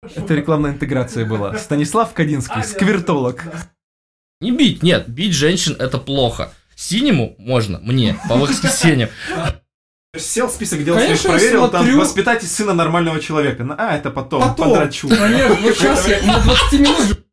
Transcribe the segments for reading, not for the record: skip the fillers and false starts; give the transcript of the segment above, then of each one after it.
Это рекламная интеграция была. Станислав Кадинский, сквиртолог. Не бить, нет, бить женщин это плохо. Синему можно, мне, по воскресеньям. Сел список дел, своих проверил, там воспитать из сына нормального человека. Это потом. Подрачу. Конечно, вот сейчас я на 20 минут же.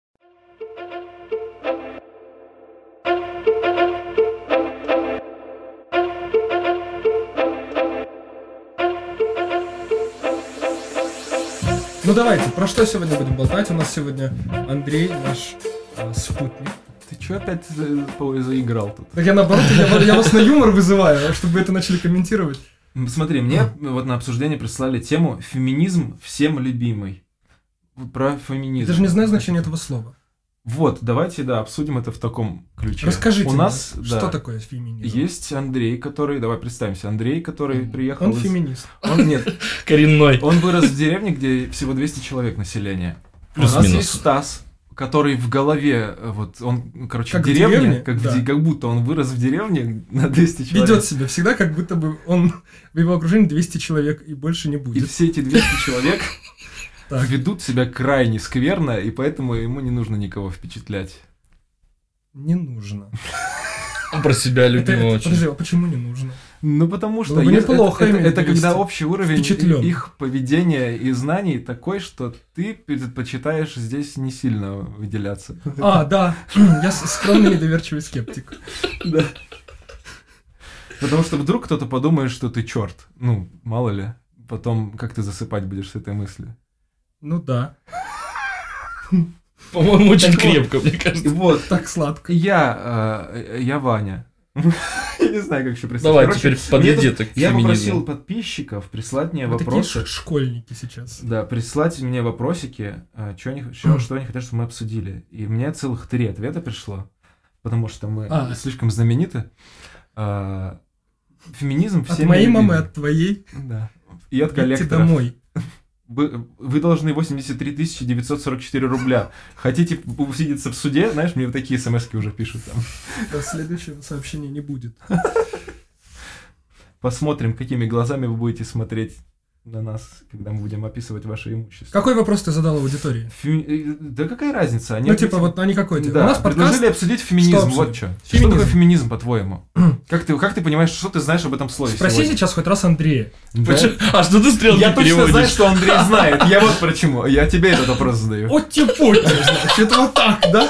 Ну давайте, про что сегодня будем болтать? У нас сегодня Андрей, наш спутник. Ты чё опять заиграл тут? Так я наоборот, я вас на юмор вызываю, чтобы вы это начали комментировать. Смотри, мне вот на обсуждение прислали тему «Феминизм всем любимый». Про феминизм. Я даже не знаю значения этого слова. Вот, давайте, обсудим это в таком ключе. Расскажите у нас, мне, что такое феминизм? Есть Андрей, который, давай представимся, Андрей, который приехал Он феминист. Нет. Коренной. Он вырос в деревне, где всего 200 человек населения. Плюс-минус. У нас есть Стас, который в голове, вот он, короче, как в деревне, как будто он вырос в деревне на 200 человек. Ведет себя всегда, как будто бы он в его окружении 200 человек и больше не будет. И все эти 200 человек ведут себя крайне скверно, и поэтому ему не нужно никого впечатлять. Не нужно. Он про себя любимого. Подожди, а почему не нужно? Ну, потому что неплохо это когда общий уровень впечатлен. их поведения и знаний такой, что ты предпочитаешь здесь не сильно выделяться. Да. Я скромный недоверчивый скептик. Да. Потому что вдруг кто-то подумает, что ты черт. Ну, мало ли. Потом как ты засыпать будешь с этой мыслью? Ну да. По-моему, очень крепко, мне кажется. Вот. Так сладко. Я Ваня. Я не знаю, как еще представить. Давай, теперь подведи это к Я феминизму. попросил подписчиков прислать мне вопросы. Такие школьники сейчас. Да, прислать мне вопросики, что они хотят, чтобы мы обсудили. И мне целых 3 ответа пришло, потому что мы слишком знамениты. Феминизм всеми от моей любимый. мамы, от твоей. Да. И от коллекторов. Домой. Вы должны 83 944 рубля. Хотите усидеться в суде? Знаешь, мне вот такие смс-ки уже пишут там. Следующего сообщения не будет. Посмотрим, какими глазами вы будете смотреть на нас, когда мы будем описывать ваше имущество. Какой вопрос ты задал аудитории? Да какая разница? Они они какой? Да, у нас предложили обсудить феминизм. Вот что. Что такое феминизм, по-твоему? Как ты понимаешь, что ты знаешь об этом слове? Спроси сейчас хоть раз Андрея. Да? А что ты стрелки Я переводишь? точно знаю, что Андрей знает. Я вот почему. Я тебе этот вопрос задаю. Отти-потти, значит, вот так, да?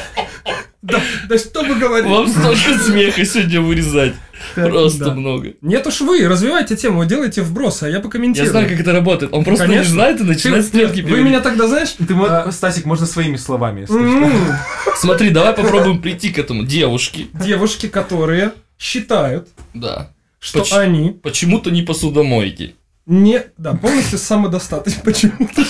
Да что вы говорите? Вам столько смеха сегодня вырезать. Просто много. Нет уж вы, развивайте тему, делайте вбросы, а я покомментирую. Я знаю, как это работает. Он просто не знает и начинает стрелки переводить. Вы меня тогда, знаешь... Стасик, можно своими словами, если что. Смотри, давай попробуем прийти к этому. Девушки, которые считают, что они... Почему-то не посудомойки. полностью самодостаточны почему-то.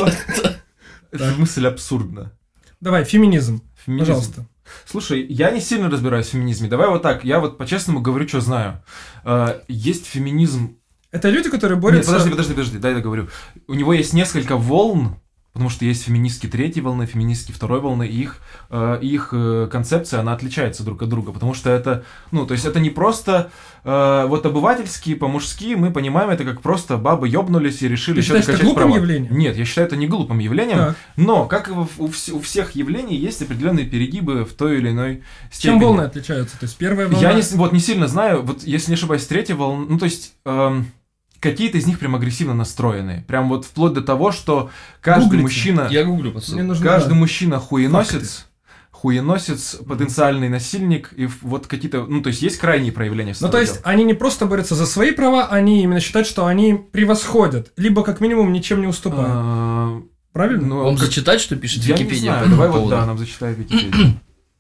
Эта мысль абсурдна. Давай, феминизм. Пожалуйста. Слушай, я не сильно разбираюсь в феминизме. Давай вот так, я вот по-честному говорю, что знаю. Есть феминизм... Это люди, которые борются... Нет, подожди, дай я договорю. У него есть несколько волн, потому что есть феминистки 3-й волны, феминистки 2-й волны, и их концепция, она отличается друг от друга, потому что это, то есть это не просто вот обывательские, по-мужски, мы понимаем это как просто бабы ёбнулись и решили что-то качать права. Ты считаешь это глупым явлением? Нет, я считаю это не глупым явлением, но, как и у всех явлений, есть определенные перегибы в той или иной степени. Чем волны отличаются? То есть первая волна... Я не сильно знаю, вот если не ошибаюсь, 3-я волна, то есть... Какие-то из них прям агрессивно настроенные. Прям вот вплоть до того, что каждый мужчина... Я гуглю, пацаны. Каждый мужчина хуеносец, потенциальный насильник, и вот какие-то... то есть есть крайние проявления. То есть они не просто борются за свои права, они именно считают, что они превосходят, либо как минимум ничем не уступают. Правильно? Вам зачитать, что пишет я Википедия? Не знаю. Давай вот, нам зачитает Википедия.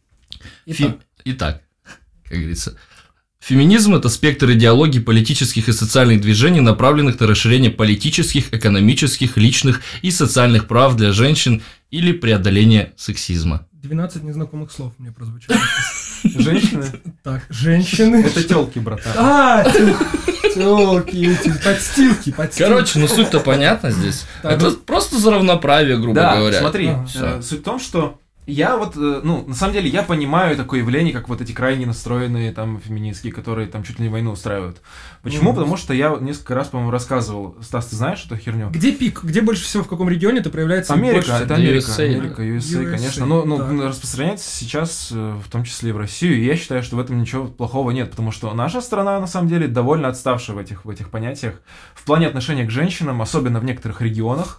Итак, как говорится... Феминизм – это спектр идеологий политических и социальных движений, направленных на расширение политических, экономических, личных и социальных прав для женщин или преодоление сексизма. 12 незнакомых слов мне прозвучало. Женщины? Так, женщины. Это тёлки, братан. Тёлки, эти подстилки. Короче, суть-то понятна здесь. Это просто за равноправие, грубо говоря. Смотри, суть в том, что Я вот, на самом деле, я понимаю такое явление, как вот эти крайне настроенные там феминистки, которые там чуть ли не войну устраивают. Почему? Потому что я несколько раз, по-моему, рассказывал. Стас, ты знаешь эту херню? Где пик? Где больше всего, в каком регионе это проявляется? Америка, это Америка, USA. USA, конечно. Но распространяется сейчас, в том числе и в Россию, и я считаю, что в этом ничего плохого нет, потому что наша страна, на самом деле, довольно отставшая в этих понятиях. В плане отношения к женщинам, особенно в некоторых регионах,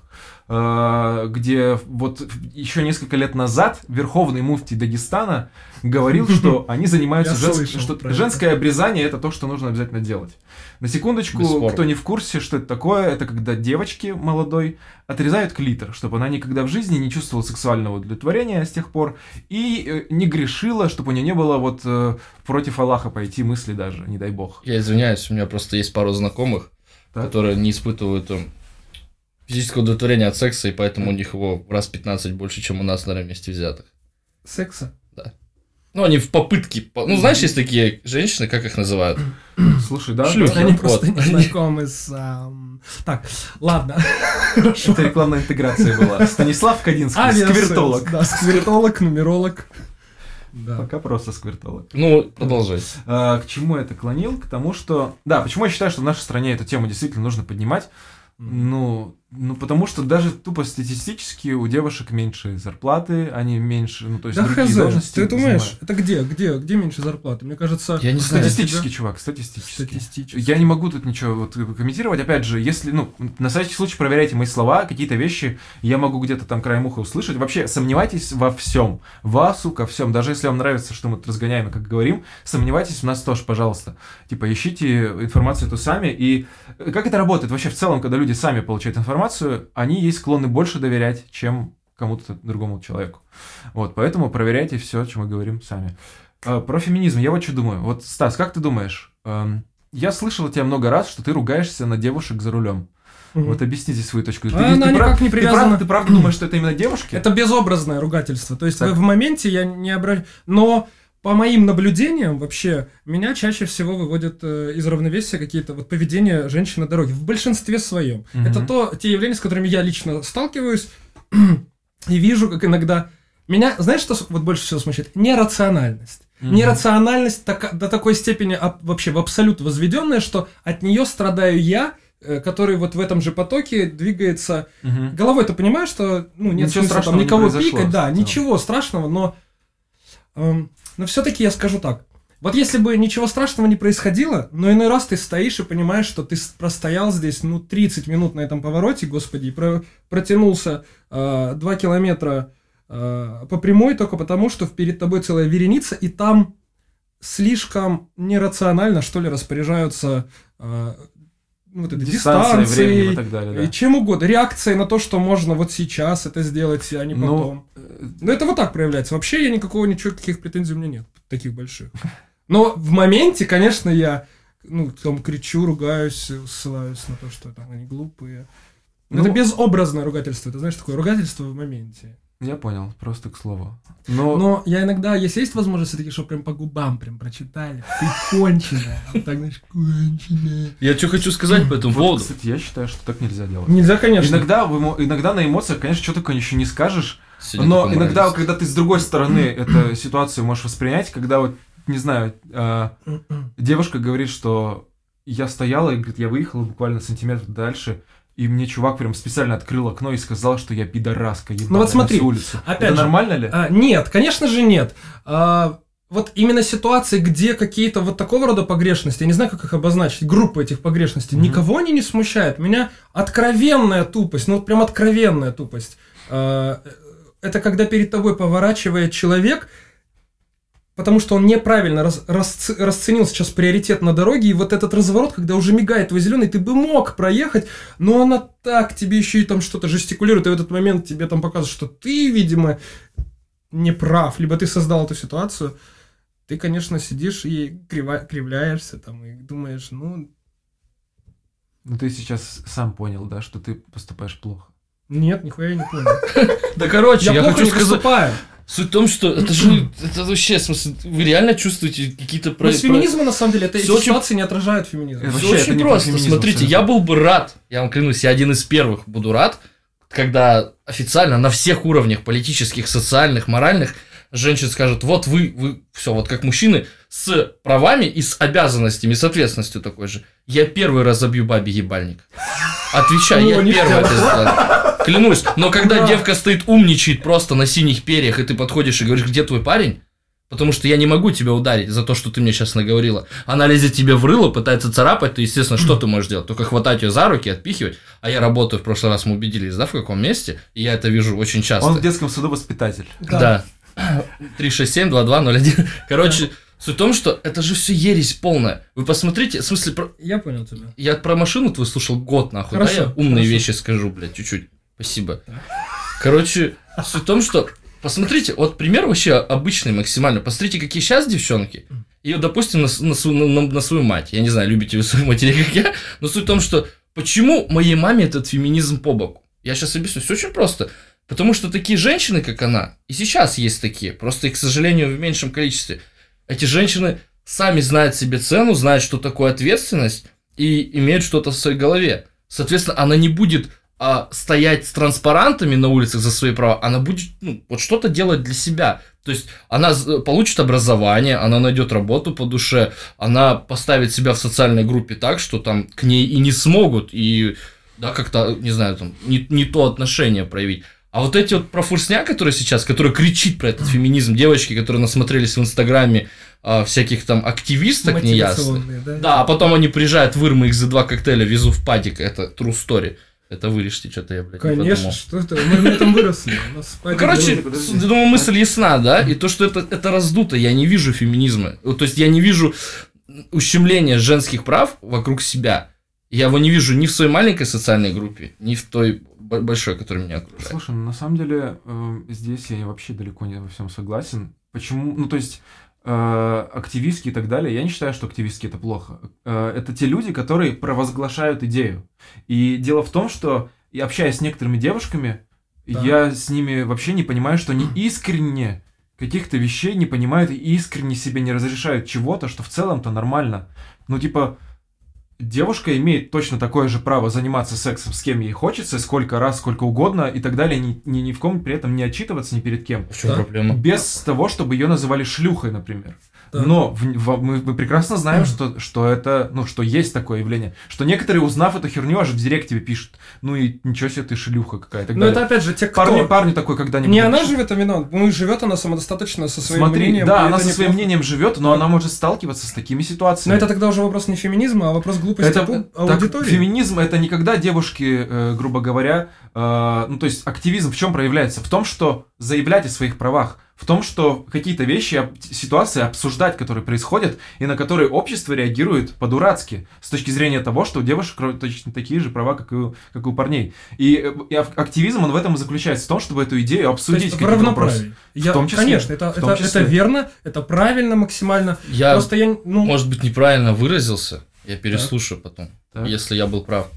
где вот еще несколько лет назад верховный муфтий Дагестана говорил, что они занимаются женское обрезание, это то, что нужно обязательно делать. На секундочку, кто не в курсе, что это такое, это когда девочке молодой отрезают клитор, чтобы она никогда в жизни не чувствовала сексуального удовлетворения с тех пор и не грешила, чтобы у нее не было вот против Аллаха пойти мысли даже, не дай бог. Я извиняюсь, у меня просто есть пару знакомых, которые не испытывают физическое удовлетворение от секса, и поэтому у них его в раз 15 больше, чем у нас, наверное, вместе взятых. Секса? Да. Они в попытке... знаешь, есть такие женщины, как их называют? Слушай, да? Шлюхи. Они просто не знакомы с... Так, ладно. Это рекламная интеграция была. Станислав Кадинский, сквиртолог. Да, сквиртолог, нумеролог. Пока просто сквиртолог. Продолжай. К чему я это клонил? К тому, что... Да, почему я считаю, что в нашей стране эту тему действительно нужно поднимать? Потому что даже тупо статистически у девушек меньше зарплаты, они меньше, то есть другие должности. Ты думаешь, это где меньше зарплаты? Мне кажется... Я не знаю. Статистически, чувак, статистически. Я не могу тут ничего комментировать. Опять же, если, на всякий случай проверяйте мои слова, какие-то вещи я могу где-то там краем уха услышать. Вообще, сомневайтесь во всем. Ко всем. Даже если вам нравится, что мы тут разгоняем и как говорим, сомневайтесь в нас тоже, пожалуйста. Ищите информацию эту сами. И как это работает вообще в целом, когда люди сами получают информацию, они ей склонны больше доверять, чем кому-то другому человеку. Поэтому проверяйте все, о чем мы говорим сами. Про феминизм я вот что думаю. Вот, Стас, как ты думаешь? Я слышал от тебя много раз, что ты ругаешься на девушек за рулем. Вот объясните свою точку зрения. Она никак не привязана. Ты правда думаешь, что это именно девушки? Это безобразное ругательство. То есть в моменте я не обращаюсь... Но... По моим наблюдениям, вообще, меня чаще всего выводят из равновесия какие-то поведения женщин на дороге. В большинстве своем. Это те явления, с которыми я лично сталкиваюсь и вижу, как иногда... Меня, знаешь, что больше всего смущает? Нерациональность. Нерациональность до такой степени вообще в абсолют возведенная, что от нее страдаю я, который в этом же потоке двигается... Головой ты понимаешь, что нет смысла там никого пикать, да, ничего страшного, но все-таки я скажу так. Вот если бы ничего страшного не происходило, но иной раз ты стоишь и понимаешь, что ты простоял здесь 30 минут на этом повороте, господи, и протянулся 2 километра по прямой только потому, что перед тобой целая вереница, и там слишком нерационально, что ли, распоряжаются дистанцией, временем и так далее, да. И чем угодно. Реакцией на то, что можно вот сейчас это сделать, а не потом. Но это вот так проявляется. Вообще я никаких претензий у меня нет, таких больших. Но в моменте, конечно, я кричу, ругаюсь, ссылаюсь на то, что они глупые. Это безобразное ругательство. Ты знаешь, такое ругательство в моменте. Я понял, просто к слову. Но я иногда, если есть возможность, все-таки, чтобы прям по губам прям прочитали. Ты конченая. Так, знаешь, конченая. Я что хочу сказать по этому поводу. Кстати, я считаю, что так нельзя делать. Нельзя, конечно. Иногда на эмоциях, конечно, что такое еще не скажешь. Но иногда, когда ты с другой стороны эту ситуацию можешь воспринять, когда не знаю, девушка говорит, что я стояла и говорит, я выехала буквально сантиметр дальше, и мне чувак прям специально открыл окно и сказал, что я пидораска ебаная на всю улицу. Опять это же, нормально ли? Нет, конечно же нет. Вот именно ситуации, где какие-то вот такого рода погрешности, я не знаю, как их обозначить, группа этих погрешностей, никого они не смущают. Меня откровенная тупость, прям откровенная тупость. Это когда перед тобой поворачивает человек, потому что он неправильно расценил сейчас приоритет на дороге, и вот этот разворот, когда уже мигает твой зеленый, ты бы мог проехать, но она так тебе еще и там что-то жестикулирует, и в этот момент тебе там показывает, что ты, видимо, не прав, либо ты создал эту ситуацию, ты, конечно, сидишь и кривляешься там, и думаешь, ты сейчас сам понял, да, что ты поступаешь плохо. Нет, нихуя я не понял. Да, короче, я хочу сказать... поступаю. Суть в том, что это вообще, в смысле, вы реально чувствуете какие-то... Но с феминизмом, на самом деле, эти ситуации не отражают феминизм. Все очень просто. Смотрите, я был бы рад, я вам клянусь, я один из первых буду рад, когда официально на всех уровнях политических, социальных, моральных женщин скажут, вот вы все, вот как мужчины с правами и с обязанностями, с ответственностью такой же. Я первый разобью бабе ебальник. Отвечаю, я первый это сделаю. Клянусь. Но когда девка стоит, умничает просто на синих перьях, и ты подходишь и говоришь, где твой парень? Потому что я не могу тебя ударить за то, что ты мне сейчас наговорила. Она лезет тебе в рыло, пытается царапать, то, естественно, что ты можешь делать? Только хватать ее за руки, отпихивать. А я работаю, в прошлый раз мы убедились, да, в каком месте? И я это вижу очень часто. Он в детском саду воспитатель. Да. 367-2201. Короче, суть в том, что это же все ересь полная. Вы посмотрите, в смысле... Я понял тебя. Я про машину твою слушал год, нахуй. Хорошо, да, я умные вещи скажу, блядь, чуть-чуть. Спасибо. Короче, суть в том, что... Посмотрите, вот пример вообще обычный максимально. Посмотрите, какие сейчас девчонки. И, допустим, на свою мать. Я не знаю, любите вы свою матерей, как я. Но суть в том, что почему моей маме этот феминизм по боку? Я сейчас объясню. Все очень просто. Потому что такие женщины, как она, и сейчас есть такие, просто, к сожалению, в меньшем количестве. Эти женщины сами знают себе цену, знают, что такое ответственность, и имеют что-то в своей голове. Соответственно, она не будет стоять с транспарантами на улицах за свои права, она будет вот что-то делать для себя. То есть она получит образование, она найдет работу по душе, она поставит себя в социальной группе так, что там к ней и не смогут, и да, как-то, не знаю, там не то отношение проявить. А вот эти вот профурсня, которые кричит про этот феминизм, девочки, которые насмотрелись в Инстаграме всяких там активисток неясных. Да, а потом они приезжают в Ирмы, их за 2 коктейля везу в падик, это true story. Это вырежьте, что-то я, блядь, конечно, не подумал. что это? Мы на этом выросли. Короче, я думаю, мысль ясна, да? И то, что это раздуто, я не вижу феминизма. То есть я не вижу ущемления женских прав вокруг себя. Я его не вижу ни в своей маленькой социальной группе, ни в той большой, которая меня окружает. Слушай, на самом деле, здесь я вообще далеко не во всем согласен. Почему? Ну, то есть, активистки и так далее, я не считаю, что активистки это плохо. Это те люди, которые провозглашают идею. И дело в том, что, и общаясь с некоторыми девушками, я с ними вообще не понимаю, что они искренне каких-то вещей не понимают и искренне себе не разрешают чего-то, что в целом-то нормально. Ну, типа, девушка имеет точно такое же право заниматься сексом с кем ей хочется, сколько раз, сколько угодно и так далее, ни в ком при этом не отчитываться ни перед кем. В чем проблема? Без того, чтобы ее называли шлюхой, например. Да. Но мы прекрасно знаем, что это, что есть такое явление. Что некоторые, узнав эту херню, аж в директ тебе пишут: ну и ничего себе, ты шлюха какая-то. Но это опять же те, кто... Парни такой когда-нибудь... Не она живет, а виноват. Ну и живет она самодостаточно со своим мнением. Да, она со своим мнением живет, но она может сталкиваться с такими ситуациями. Но это тогда уже вопрос не феминизма, а вопрос глупости аудитории. Феминизм — это никогда девушки, грубо говоря, то есть активизм в чем проявляется? В том, что заявлять о своих правах, в том, что какие-то вещи, ситуации обсуждать, которые происходят, и на которые общество реагирует по-дурацки, с точки зрения того, что у девушек точно такие же права, как и у парней. И активизм, он в этом и заключается, в том, чтобы эту идею обсудить. В равноправии. Конечно, это верно, это правильно максимально. Просто я может быть, неправильно выразился, я переслушаю потом, если я был прав.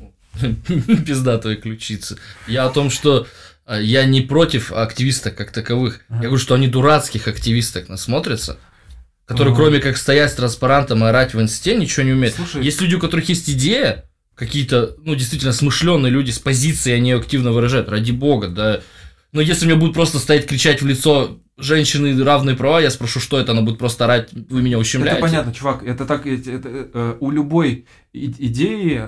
Пизда твоей ключицы. Я о том, что я не против активисток как таковых. Я говорю, что они дурацких активисток насмотрятся, которые кроме как стоять с транспарантом и орать в инсте, ничего не умеют. Слушай, есть люди, у которых есть идея, какие-то, действительно смышленые люди с позиции, они ее активно выражают, ради бога, да. Но если мне будут просто стоять, кричать в лицо: женщины равные права, я спрошу, что это, она будет просто орать: вы меня ущемляете. Это понятно, чувак, это так, у любой идеи,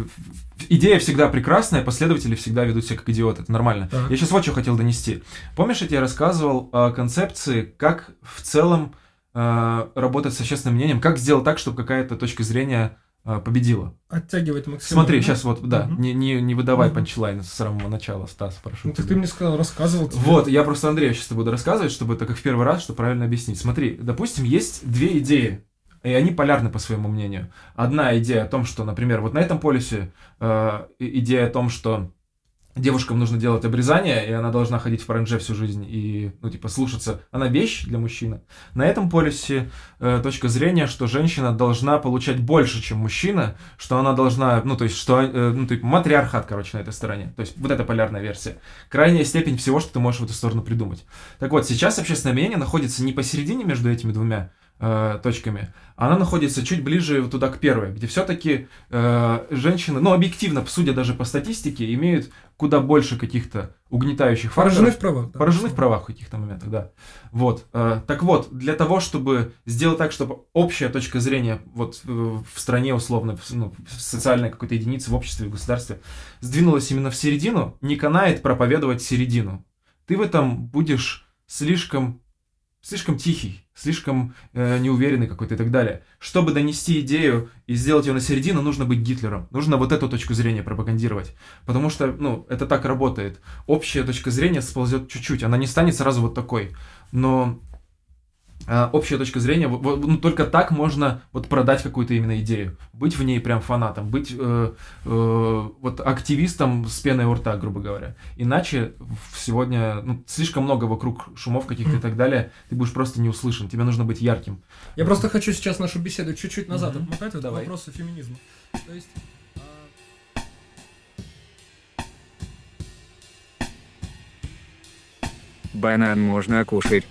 идея всегда прекрасная, последователи всегда ведут себя как идиоты, это нормально. Я сейчас вот что хотел донести. Помнишь, я тебе рассказывал о концепции, как в целом работать с общественным мнением, как сделать так, чтобы какая-то точка зрения победила. Оттягивать максимально. Смотри, сейчас вот, не выдавай панчлайн с самого начала, Стас, прошу. Ну, так ты мне сказал, рассказывал тебе. Вот, я просто Андрею сейчас буду рассказывать, чтобы это как в первый раз, чтобы правильно объяснить. Смотри, допустим, есть две идеи, и они полярны по своему мнению. Одна идея о том, что, например, вот на этом полюсе идея о том, что девушкам нужно делать обрезание, и она должна ходить в парандже всю жизнь и, слушаться. Она вещь для мужчины. На этом полюсе точка зрения, что женщина должна получать больше, чем мужчина, что она должна, матриархат, на этой стороне. То есть вот эта полярная версия. Крайняя степень всего, что ты можешь в эту сторону придумать. Так вот, сейчас общественное мнение находится не посередине между этими двумя точками, она находится чуть ближе туда, к первой, где все-таки женщины, ну, объективно, судя даже по статистике, имеют куда больше каких-то угнетающих факторов. Поражены в правах. Да, поражены в правах в каких-то моментах, да. Вот. Так вот, для того, чтобы сделать так, чтобы общая точка зрения вот в стране, условно, в социальной какой-то единице, в обществе, в государстве, сдвинулась именно в середину, не канает проповедовать середину. Ты в этом будешь слишком тихий, слишком неуверенный какой-то и так далее. Чтобы донести идею и сделать ее на середину, нужно быть Гитлером. Нужно вот эту точку зрения пропагандировать. Потому что, это так работает. Общая точка зрения сползет чуть-чуть. Она не станет сразу вот такой. Но общая точка зрения, только так можно вот продать какую-то именно идею. Быть в ней прям фанатом. Быть вот активистом с пеной у рта, грубо говоря. Иначе сегодня слишком много вокруг шумов каких-то и так далее. Ты будешь просто не услышан. Тебе нужно быть ярким. Я просто хочу сейчас нашу беседу чуть-чуть назад отмотать. Вот Давай. Вопросы феминизма. То есть... Банан можно кушать.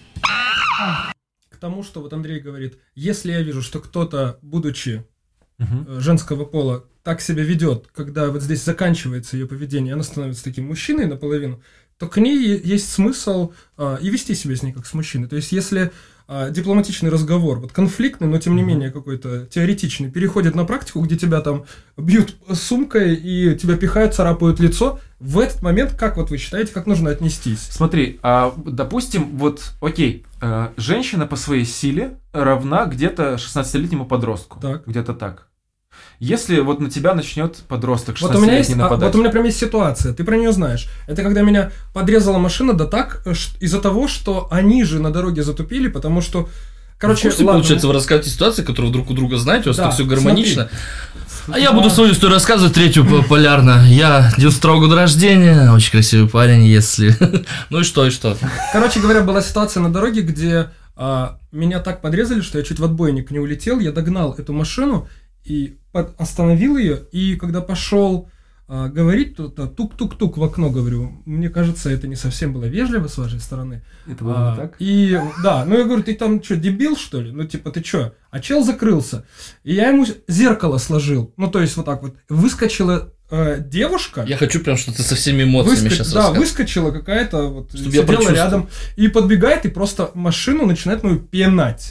К тому, что вот Андрей говорит, если я вижу, что кто-то, будучи женского пола, так себя ведет, когда вот здесь заканчивается ее поведение, она становится таким мужчиной наполовину, то к ней есть смысл и вести себя с ней как с мужчиной. То есть, если дипломатичный разговор, вот конфликтный, но тем не менее какой-то теоретичный, переходит на практику, где тебя там бьют сумкой и тебя пихают, царапают лицо, в этот момент, как вот вы считаете, как нужно отнестись? Смотри, допустим, окей, женщина по своей силе равна где-то 16-летнему подростку. Так. Где-то так. Если вот на тебя начнет подросток Вот 16-летний нападать. вот у меня прям есть ситуация, ты про нее знаешь. Это когда меня подрезала машина, да так, из-за того, что они же на дороге затупили, потому что... Короче, получается, вы рассказываете ситуацию, которую друг у друга знаете, у вас так все гармонично. Смотри. Я буду свою историю рассказывать, третью полярно. Я 92-го года рождения, очень красивый парень, если... Ну и что? Короче говоря, была ситуация на дороге, где меня так подрезали, что я чуть в отбойник не улетел, я догнал эту машину и остановил ее, и когда пошел говорить, то тук-тук-тук в окно, говорю, мне кажется, это не совсем было вежливо с вашей стороны. Это было не так? И да, я говорю, ты там что, дебил, что ли? Ты что? А чел закрылся. И я ему зеркало сложил, то есть вот так вот, выскочила девушка. Я хочу прям, что ты со всеми эмоциями сейчас рассказываешь. Да, выскочила какая-то, сидела рядом, и подбегает, и просто машину начинает мою пенать.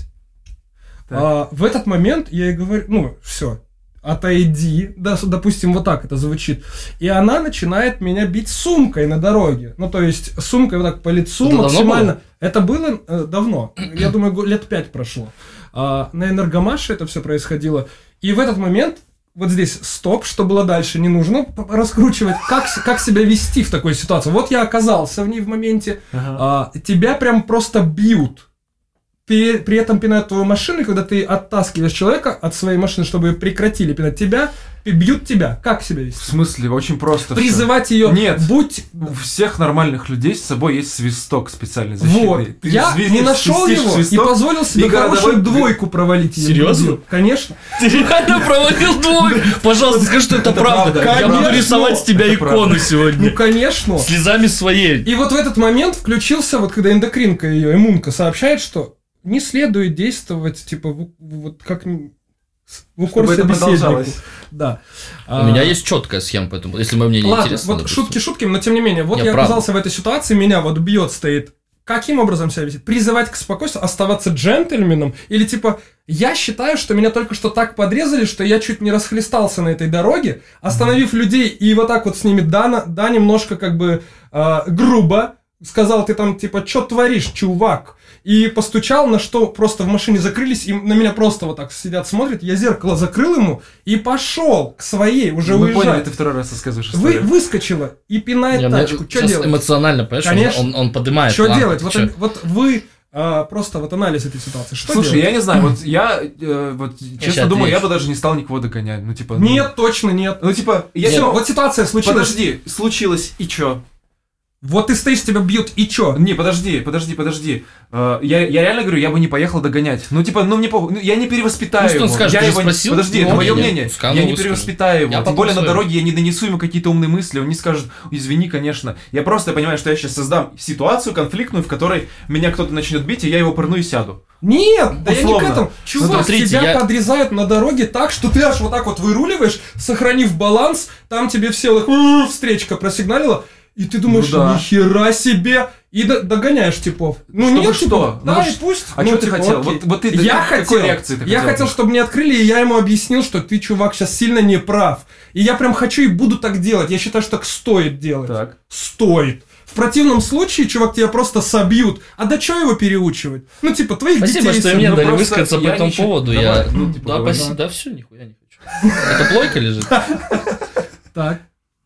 В этот момент я ей говорю, все, отойди, да, допустим, вот так это звучит. И она начинает меня бить сумкой на дороге. То есть сумкой вот так по лицу это максимально. Это было давно, я думаю, лет 5 прошло. На Энергомаше это все происходило. И в этот момент, вот здесь стоп, что было дальше, не нужно раскручивать. Как себя вести в такой ситуации? Вот я оказался в ней в моменте, тебя прям просто бьют. При этом пинают твою машину, и когда ты оттаскиваешь человека от своей машины, чтобы прекратили пинать тебя, бьют тебя. Как себя вести? В смысле? Очень просто. Призывать ее. Нет. У всех нормальных людей с собой есть свисток специальный защитный. Вот. Я не нашел его и позволил себе хорошую двойку провалить. Серьезно? Конечно. Ты реально провалил двойку? Пожалуйста, скажи, что это правда. Я буду рисовать с тебя икону сегодня. Конечно. Слезами своей. И вот в этот момент включился, вот когда эндокринка ее, иммунка, сообщает, что не следует действовать, вот как в укор собеседнику. Да. У меня есть четкая схема, поэтому, если мое мнение интересно. Вот шутки шутками, но тем не менее, вот я оказался в этой ситуации, меня вот бьет, стоит. Каким образом себя вести? Призывать к спокойствию, оставаться джентльменом? Или я считаю, что меня только что так подрезали, что я чуть не расхлестался на этой дороге, остановив людей и вот так вот с ними, немножко грубо, сказал, ты там, что творишь, чувак? И постучал, на что просто в машине закрылись, и на меня просто вот так сидят, смотрят, я зеркало закрыл ему и пошел к своей, уже уезжать. Мы поняли, ты второй раз рассказываешь историю. Выскочила и пинает тачку, что делать? Эмоционально, понимаешь, конечно. Он поднимает. Что делать? Вот вы... просто анализ этой ситуации. Что делать? Я не знаю, я честно думаю, я бы даже не стал никого догонять. Нет, точно нет. Все, вот ситуация случилась. Подожди, случилось, и чё? Вот ты стоишь, тебя бьют, и чё? Не, подожди. Я реально говорю, я бы не поехал догонять. Ну, типа, мне похуй. Я не перевоспитаю его. Он скажет, я ты же его... спросил? Подожди, это мое мнение. Я не перевоспитаю его. Тем более на дороге я не донесу ему какие-то умные мысли. Он не скажет, извини, конечно. Я просто понимаю, что я сейчас создам ситуацию конфликтную, в которой меня кто-то начнет бить, и я его пырну и сяду. Нет, да Условно. я не к этому. Чувак, Смотрите, тебя подрезают на дороге так, что ты аж вот так вот выруливаешь, сохранив баланс, там тебе все вот встречка просигналила, и ты думаешь, Ну да. нихера себе, и догоняешь типов. Ну Чтобы нет, что? типа, Ну, да, а и пусть. А ну, что ты типа, хотел? окей. Вот ты я какой хотел, реакции ты я хотел? хотел, чтобы мне открыли, и я ему объяснил, что ты, чувак, сейчас сильно не прав. И я прям хочу и буду так делать. Я считаю, что так стоит делать. Так. Стоит. В противном случае, чувак, тебя просто собьют. А да что его переучивать? Ну, типа, твоих Спасибо, детей... что мне ну, дали просто высказаться по я этому ничего- поводу. Давай, Я... ну, типа, Да, говори. спасибо. Да все, нихуя не хочу. Это плойка лежит? Так.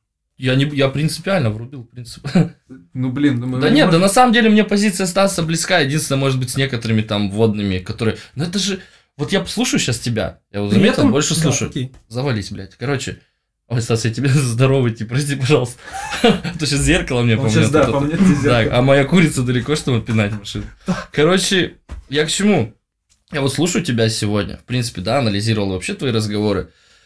Я принципиально врубил принцип. Ну, блин. Да нет, да на самом деле мне позиция Стаса близка. Единственное, может быть, с некоторыми там вводными, которые... Ну это же... Вот я слушаю сейчас тебя. Я вот При заметил, этом- больше да, слушаю. окей. Завались, блядь. Короче. Ой, Стас, я тебе здоровый, типа, прости, пожалуйста. А то сейчас зеркало мне Он помнит. сейчас, да, по мне Так, а моя курица далеко, чтобы пинать машину. Короче, я к чему? Я вот слушаю тебя сегодня, в принципе, да, анализировал вообще твои разговоры.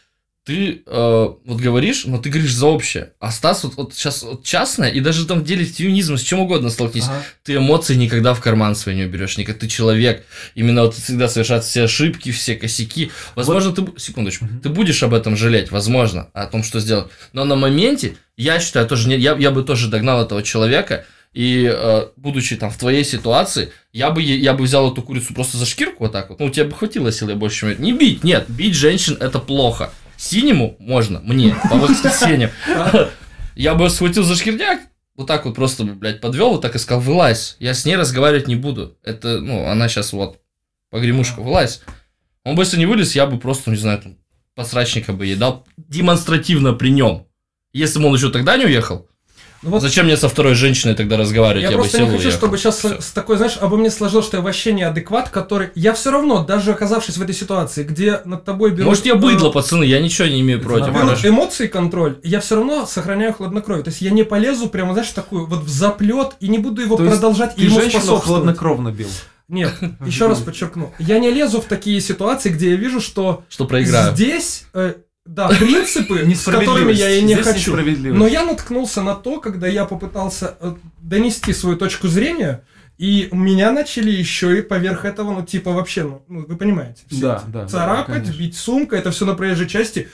Ты вот говоришь, но ты говоришь за общее. А Стас вот сейчас вот частное, и даже там в деле феминизма с чем угодно столкнись. Ага. Ты эмоции никогда в карман свой не уберешь, никогда ты человек. Именно вот всегда совершать все ошибки, все косяки. Возможно, секундочку, ты будешь об этом жалеть, возможно, о том, что сделал. Но на моменте, я считаю, тоже я бы тоже догнал этого человека. И будучи там в твоей ситуации, я бы взял эту курицу просто за шкирку вот так вот. Ну, у тебя бы хватило силы больше. Не бить, нет, бить женщин это плохо. Синему можно, мне, по воскресеньям. Я бы схватил за шкирняк, вот так вот просто, блядь, подвел, вот так и сказал, вылазь, я с ней разговаривать не буду. Это, ну, она сейчас вот, погремушка, вылазь. Он бы, если не вылез, я бы просто, не знаю, там, подсрачника бы ей дал демонстративно при нем. Если бы он еще тогда не уехал, Ну, вот зачем мне со второй женщиной тогда разговаривать? я бы просто сел не и хочу, уехал. чтобы сейчас Всё. с такой, знаешь, обо мне сложилось, что я вообще неадекват, который... Я все равно, даже оказавшись в этой ситуации, где над тобой берут... Может, я быдло, пацаны, я ничего не имею против. нормально. берут эмоции контроль, я все равно сохраняю хладнокровие. То есть я не полезу прямо, знаешь, в такую вот в заплет и не буду его То есть продолжать и Ты ему женщину способствовать. хладнокровно бил. Нет, еще раз подчеркну. Я не лезу в такие ситуации, где я вижу, что Что проиграю. здесь, да, принципы, с которыми я и не Здесь хочу. несправедливость. Но я наткнулся на то, когда я попытался донести свою точку зрения, и меня начали еще и поверх этого, ну, типа, вообще, ну вы понимаете. все Да, эти да. царапать, конечно. бить сумка, это все на проезжей части.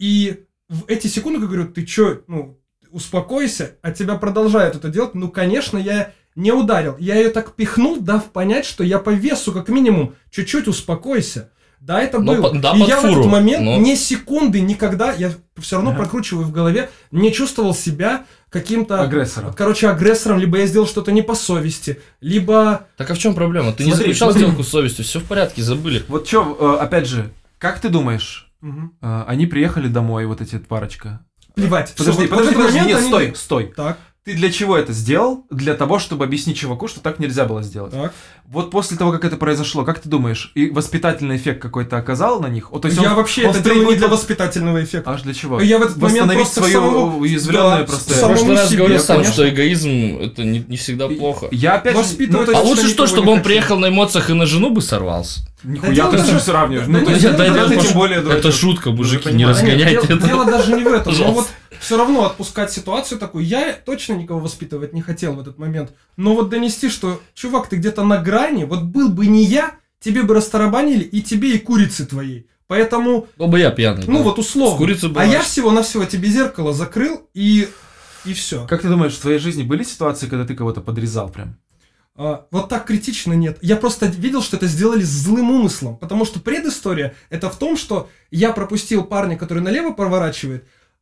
И в эти секунды я говорю, ты чё, ну, успокойся, а тебя продолжают это делать. Ну, конечно, я не ударил. Я ее так пихнул, дав понять, что я по весу, как минимум, чуть-чуть успокойся. Да, это Но было. да, И под я в фуру, этот момент но- ни секунды никогда, я все равно Ага. прокручиваю в голове, не чувствовал себя каким-то... Агрессором. Короче, агрессором, либо я сделал что-то не по совести, либо... Так а в чем проблема? Ты не Смотри, заключал смотри. сделку с совестью, все в порядке, забыли. Вот что, опять же, как ты думаешь, Мгм. они приехали домой, вот эти парочка? Плевать. Всё, Подожди, вот в этот момент нет, они- стой. Так, Ты для чего это сделал? Для того, чтобы объяснить чуваку, что так нельзя было сделать. так. Вот после того, как это произошло, как ты думаешь, и воспитательный эффект какой-то оказал на них? То есть Я он- вообще он это делаю не требует- для воспитательного эффекта. Аж для чего? Я в этот момент Восстановить просто свое самому- уязвленное Да, просто... В самому прошлый раз себе, говорил сам, конечно. что эгоизм это не всегда плохо. Я опять же... Воспитывать то А есть, лучше никого что, не чтобы он хочу. приехал на эмоциях и на жену бы сорвался? Нихуя дело ты с даже- ним сравниваешь. Да Ну, нет, то есть, дело это даже- тем более Это дурачок. шутка, мужики, Вы не понимаете. А нет, разгоняйте это. дело даже не в этом. Но Пожалуйста. вот все равно отпускать ситуацию такую. Я точно никого воспитывать не хотел в этот момент. Но вот донести, что, чувак, ты где-то на грани, вот был бы не я, тебе бы растарабанили и тебе, и курице твоей. Поэтому, Ну бы я пьяный. ну да. вот условно. С курицей А бывает. я всего-навсего тебе зеркало закрыл и все. Как ты думаешь, в твоей жизни были ситуации, когда ты кого-то подрезал прям? Вот так критично нет. Я просто видел, что это сделали с злым умыслом. Потому что предыстория это в том, что я пропустил парня, который налево проворачивает,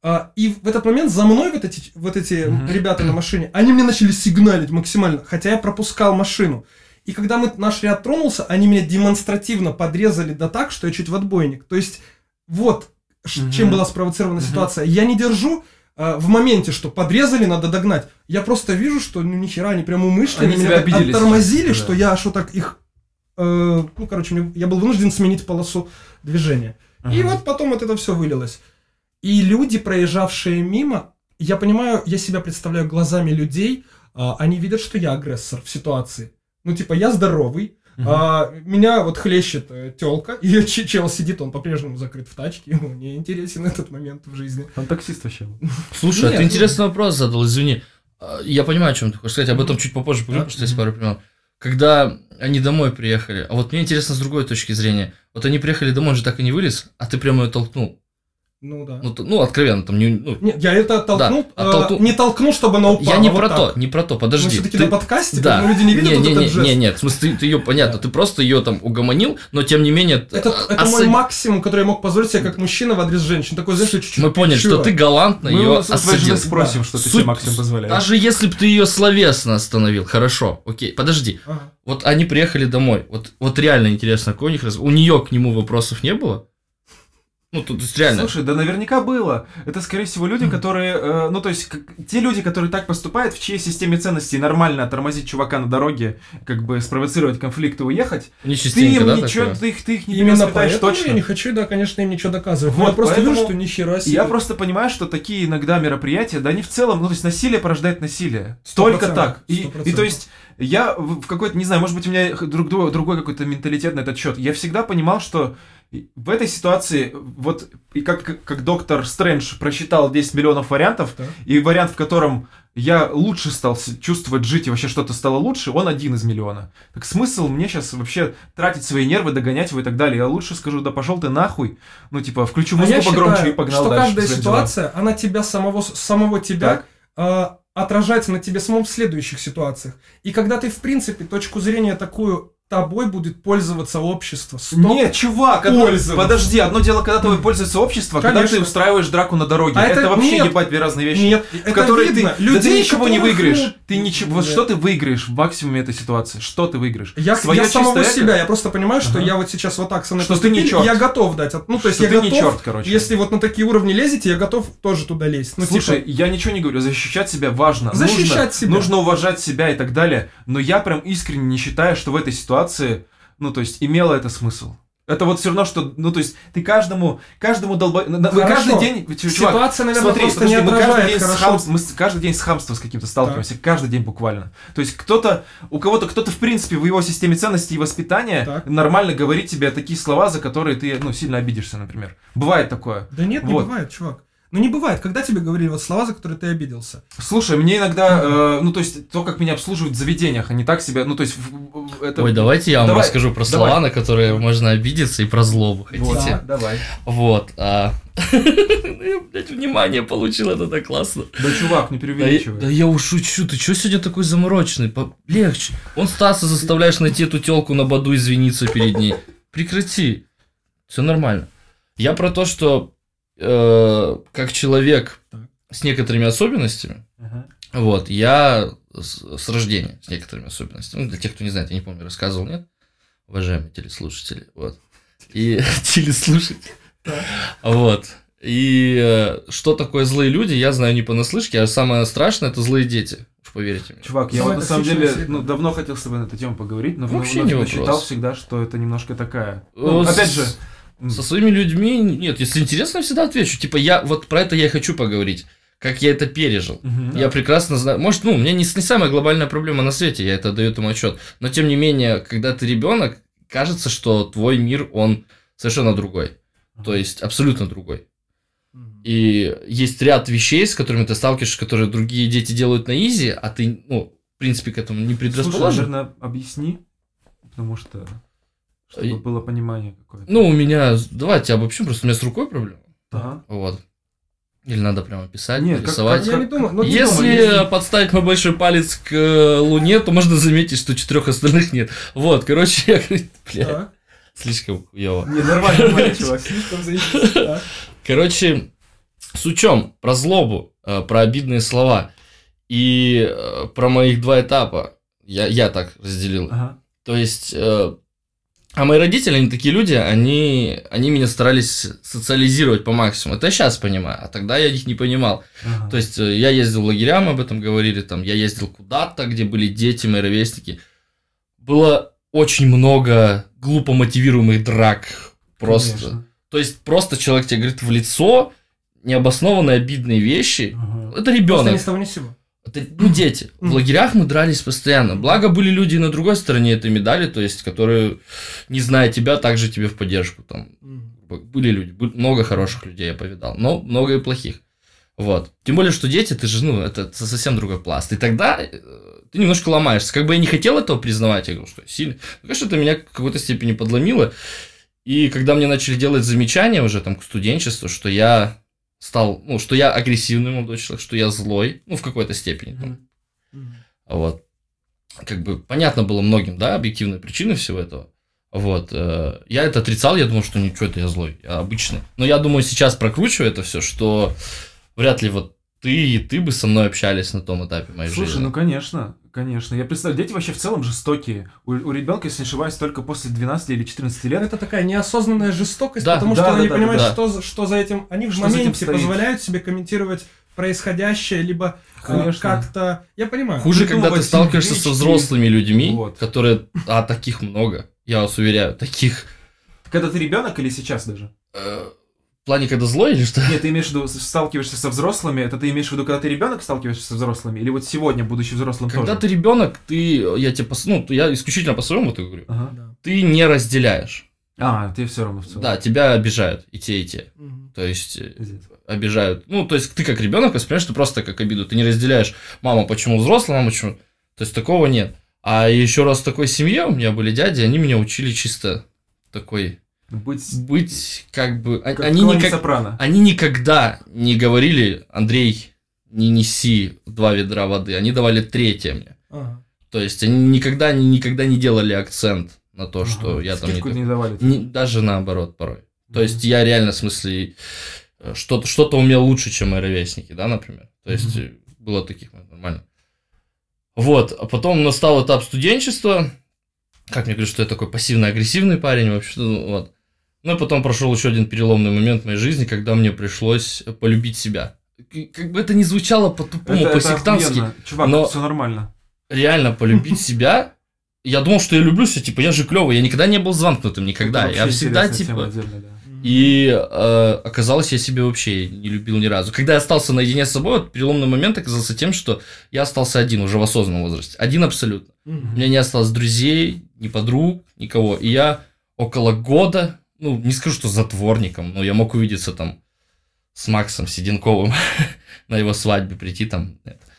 и в этот момент за мной вот эти ребята на машине, они мне начали сигналить максимально, хотя я пропускал машину. И когда наш ряд тронулся, они меня демонстративно подрезали да так, что я чуть в отбойник. То есть вот чем была спровоцирована ситуация. Я не держу в моменте, что подрезали, надо догнать. Я просто вижу, что ну нихера, они прям умышленно Они меня тебя так обидели оттормозили, сейчас, что да. я аж вот так их... ну, короче, я был вынужден сменить полосу движения. И Ага. вот потом вот это все вылилось. И люди, проезжавшие мимо, я понимаю, я себя представляю глазами людей, они видят, что я агрессор в ситуации. Ну, типа, я здоровый, меня вот хлещет тёлка, и чел сидит, он по-прежнему закрыт в тачке, ему не интересен этот момент в жизни. Он таксист вообще. Слушай, а ты интересный вопрос задал, извини. Я понимаю, о чем ты хочешь сказать, об этом чуть попозже поговорим, потому что есть пару примеров. Когда они домой приехали, а вот мне интересно с другой точки зрения. Вот они приехали домой, он же так и не вылез, а ты прямо ее толкнул. Ну да. Ну, откровенно, там не. Нет, я это оттолкнул, да, не толкнул, чтобы она упала. Я не вот про так. то, не про то, подожди. Мы все-таки на подкасте, да. люди не видят вот этот жест. Нет, в смысле, ты ее, понятно, ты просто ее там угомонил, но тем не менее... Это мой максимум, который я мог позволить себе как мужчина в адрес женщин. Такой, знаешь, чуть-чуть. Мы поняли, что ты галантно ее осадил. Мы спросим, что ты себе максимум позволяешь. Даже если бы ты ее словесно остановил, хорошо, окей, подожди. Вот они приехали домой, вот реально интересно, какой у них у нее к нему вопросов не было? Ну, то есть реально. Слушай, да наверняка было. Это, скорее всего, люди, которые... ну, то есть, те люди, которые так поступают, в чьей системе ценностей нормально тормозить чувака на дороге, как бы спровоцировать конфликт и уехать, ты им да, ничего, ты их не именно перевоспитаешь поэтому точно. Я не хочу, да, конечно, им ничего доказывать. Вот, я просто поэтому вижу, что ни хера себе. Я просто понимаю, что такие иногда мероприятия, да, они в целом, ну, то есть, насилие порождает насилие. Только так. И то есть... Я в какой-то, не знаю, может быть, у меня другой какой-то менталитет на этот счет. Я всегда понимал, что в этой ситуации, вот и как доктор Стрэндж просчитал 10 миллионов вариантов, да. И вариант, в котором я лучше стал чувствовать, жить и вообще что-то стало лучше, он один из миллиона. Так смысл мне сейчас вообще тратить свои нервы, догонять его и так далее? Я лучше скажу, да пошел ты нахуй, ну типа включу музыку погромче считаю, и погнал что дальше. Каждая ситуация, она тебя самого тебя... отражается на тебе самом в следующих ситуациях. И когда ты, в принципе, точку зрения такую, тобой будет пользоваться общество. Нет, чувак, подожди, одно дело, когда тобой пользуется общество, конечно. Когда ты устраиваешь драку на дороге. Это вообще, ебать, две разные вещи. Нет, в которые ты ничего не выиграешь. Ты ничего, вот что ты выиграешь в максимуме этой ситуации? Что ты выиграешь? Я самого себя, я просто понимаю, что я вот сейчас вот так со мной поступил, я готов дать. Ну, то есть я готов, не черт, короче. Если вот на такие уровни лезете, я готов тоже туда лезть. Ну, слушай, я ничего не говорю, защищать себя важно. Защищать себя. Нужно уважать себя и так далее. Но я прям искренне не считаю, что в этой ситуации... Ну, то есть, имело это смысл. Это вот все равно, что, ну, то есть, ты каждый день, чувак, ситуация, наверное, смотри, просто не отражает мы каждый день с хамством с каким-то сталкиваемся, каждый день буквально. То есть, у кого-то, в принципе, в его системе ценностей и воспитания нормально говорит тебе такие слова, за которые ты, ну, сильно обидишься, например. Бывает такое. Да нет, не бывает, чувак. Ну не бывает, когда тебе говорили вот слова, за которые ты обиделся. Слушай, мне иногда, ну то есть то, как меня обслуживают в заведениях, они так себя, ну то есть это... Ой, давайте я вам расскажу про слова, на которые можно обидеться, и про злобу, хотите? Вот, да, давай. Вот, я, блядь, внимание получил, это так классно. Да, чувак, не преувеличивай. Да я уж шучу, ты чё сегодня такой замороченный? Легче. Он Стаса заставляешь найти эту тёлку на боду, извиниться перед ней. Прекрати. Все нормально. Я про то, что как человек с некоторыми особенностями, вот, я с рождения с некоторыми особенностями. Ну, для тех, кто не знает, я не помню, рассказывал, нет? Уважаемые телеслушатели, вот. И телеслушатели. Вот. И что такое злые люди, я знаю не понаслышке, а самое страшное — это злые дети. Уж поверьте мне. Чувак, я вот на самом деле давно хотел с тобой на эту тему поговорить, но считал всегда, что это немножко такая... опять же... Со своими людьми, нет, если интересно, я всегда отвечу. Типа, вот про это я и хочу поговорить. Как я это пережил. Я прекрасно знаю. Может, у меня не самая глобальная проблема на свете, я это даю этому отчет. Но тем не менее, когда ты ребенок, кажется, что твой мир, он совершенно другой. То есть, абсолютно другой. И есть ряд вещей, с которыми ты сталкиваешься, которые другие дети делают на изи, а ты, в принципе, к этому не предрасположен. Слушай, наверное, объясни, потому что... Чтобы было понимание какое-то. У меня... Давайте обобщим, просто у меня с рукой проблема. Ага. Вот. Или надо прямо писать, нет, рисовать. Я не думаю. Если подставить мой большой палец к Луне, то можно заметить, что 4 остальных нет. Вот, короче, я говорю, бля, слишком хуёво. Не, нормально, чувак, слишком заебись. Короче, с учём про злобу, про обидные слова и про моих 2 этапа. Я так разделил. Ага. То есть... А мои родители, они такие люди, они меня старались социализировать по максимуму. Это я сейчас понимаю, а тогда я их не понимал. Ага. То есть, я ездил в лагеря, мы об этом говорили, там, я ездил куда-то, где были дети, мои ровесники. Было очень много глупо мотивируемых драк. Просто. Конечно. То есть, просто человек тебе говорит в лицо необоснованные обидные вещи. Ага. Это ребенок. Просто ни с того ни с сего. Это, ну, дети. В лагерях мы дрались постоянно. Благо, были люди и на другой стороне этой медали, то есть, которые, не зная тебя, также тебе в поддержку. Там были люди, много хороших людей я повидал, но много и плохих. Вот. Тем более, что дети, ты же, ну, это совсем другой пласт. И тогда ты немножко ломаешься. Как бы я не хотел этого признавать, я говорю, что я сильный. Но, конечно, это меня в какой-то степени подломило. И когда мне начали делать замечания уже там к студенчеству, что я стал, ну, что я агрессивный молодой человек, что я злой, ну, в какой-то степени. Там. Вот. Как бы понятно было многим, да, объективные причины всего этого. Вот. Я это отрицал, я думал, что ничего, это я злой, я обычный. Но я думаю, сейчас прокручиваю это все, что вряд ли вот ты бы со мной общались на том этапе моей жизни. Слушай, ну конечно. Я представляю, дети вообще в целом жестокие. У ребенка, если не ошибаюсь, только после 12 или 14 лет. Это такая неосознанная жестокость, да, потому что она не понимает, да. что за этим. Они в что моменте позволяют себе комментировать происходящее, либо как-то. Я понимаю. Хуже, когда ты сталкиваешься со взрослыми людьми, вот. Которые. А таких много. Я вас уверяю, таких. Когда ты ребенок или сейчас даже? В плане, когда злой или что? Нет, ты имеешь в виду, сталкиваешься со взрослыми, это ты имеешь в виду, когда ты ребенок сталкиваешься со взрослыми, или вот сегодня, будучи взрослым, когда тоже? Ты ребенок, я исключительно по-своему это говорю, ты не разделяешь. Тебе все равно в целом. Да, тебя обижают и те. То есть, обижают. Ну, то есть, ты как ребенок воспринимаешь, ты просто как обиду. Ты не разделяешь, мама, почему взрослая, мама, почему... То есть, такого нет. А еще раз в такой семье у меня были дяди, они меня учили чисто такой... Быть как бы... Они никогда не говорили, Андрей, не неси 2 ведра воды. Они давали 3 мне. То есть, они никогда не делали акцент на то, что я там... не давали. Даже наоборот порой. То есть, я реально, в смысле, что-то умел лучше, чем мои ровесники, да, например. То есть, было таких нормально. Вот, а потом настал этап студенчества. Как мне говорят, что я такой пассивно-агрессивный парень, вообще-то, вот. Ну, и потом прошел еще один переломный момент в моей жизни, когда мне пришлось полюбить себя. Как бы это ни звучало по-тупому, по-сектантски. Чувак, но все нормально. Реально полюбить себя. Я думал, что я люблю себя, типа, я же клевый, я никогда не был замкнутым, никогда. Я всегда, типа... И оказалось, я себя вообще не любил ни разу. Когда я остался наедине с собой, вот переломный момент оказался тем, что я остался один уже в осознанном возрасте. Один абсолютно. У меня не осталось друзей, ни подруг, никого. И я около года, ну, не скажу, что затворником, но я мог увидеться там с Максом Седенковым на его свадьбе, прийти там.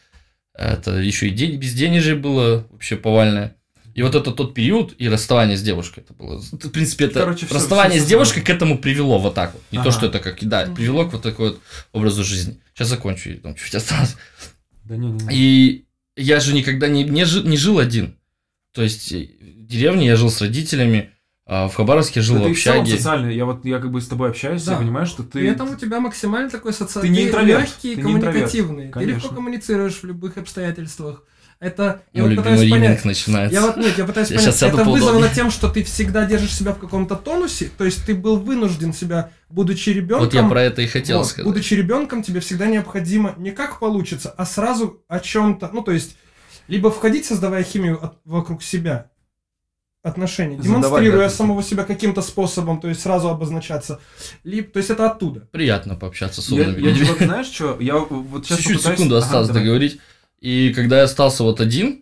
Это еще и безденежье было вообще повальное. И вот это тот период и расставание с девушкой, это было, в принципе, это расставание с девушкой к этому привело вот так вот. Не то, что это как, да, привело к вот такой вот образу жизни. Сейчас закончу, там чуть осталось. И я же никогда не жил один. То есть, в деревне я жил с родителями, а в Хабаровске жил в общаге. Ты социальный, я как бы с тобой общаюсь, я понимаю, что ты... При этом у тебя максимально такой социальный... Ты не интроверт. Легкий, коммуникативный. Ты легко коммуницируешь в любых обстоятельствах. Это... Мой любимый реминг начинается. Я пытаюсь понять, это вызвано тем, что ты всегда держишь себя в каком-то тонусе, то есть ты был вынужден себя, будучи ребенком... Вот я про это и хотел сказать. Будучи ребенком, тебе всегда необходимо не как получится, а сразу о чем-то, ну то есть, либо входить, создавая химию вокруг себя, отношений, демонстрируя самого себя каким-то способом, то есть сразу обозначаться, то есть это оттуда. Приятно пообщаться с умными людьми. Вот знаешь что, я вот сейчас чуть-чуть секунду осталось договорить. И когда я остался вот один,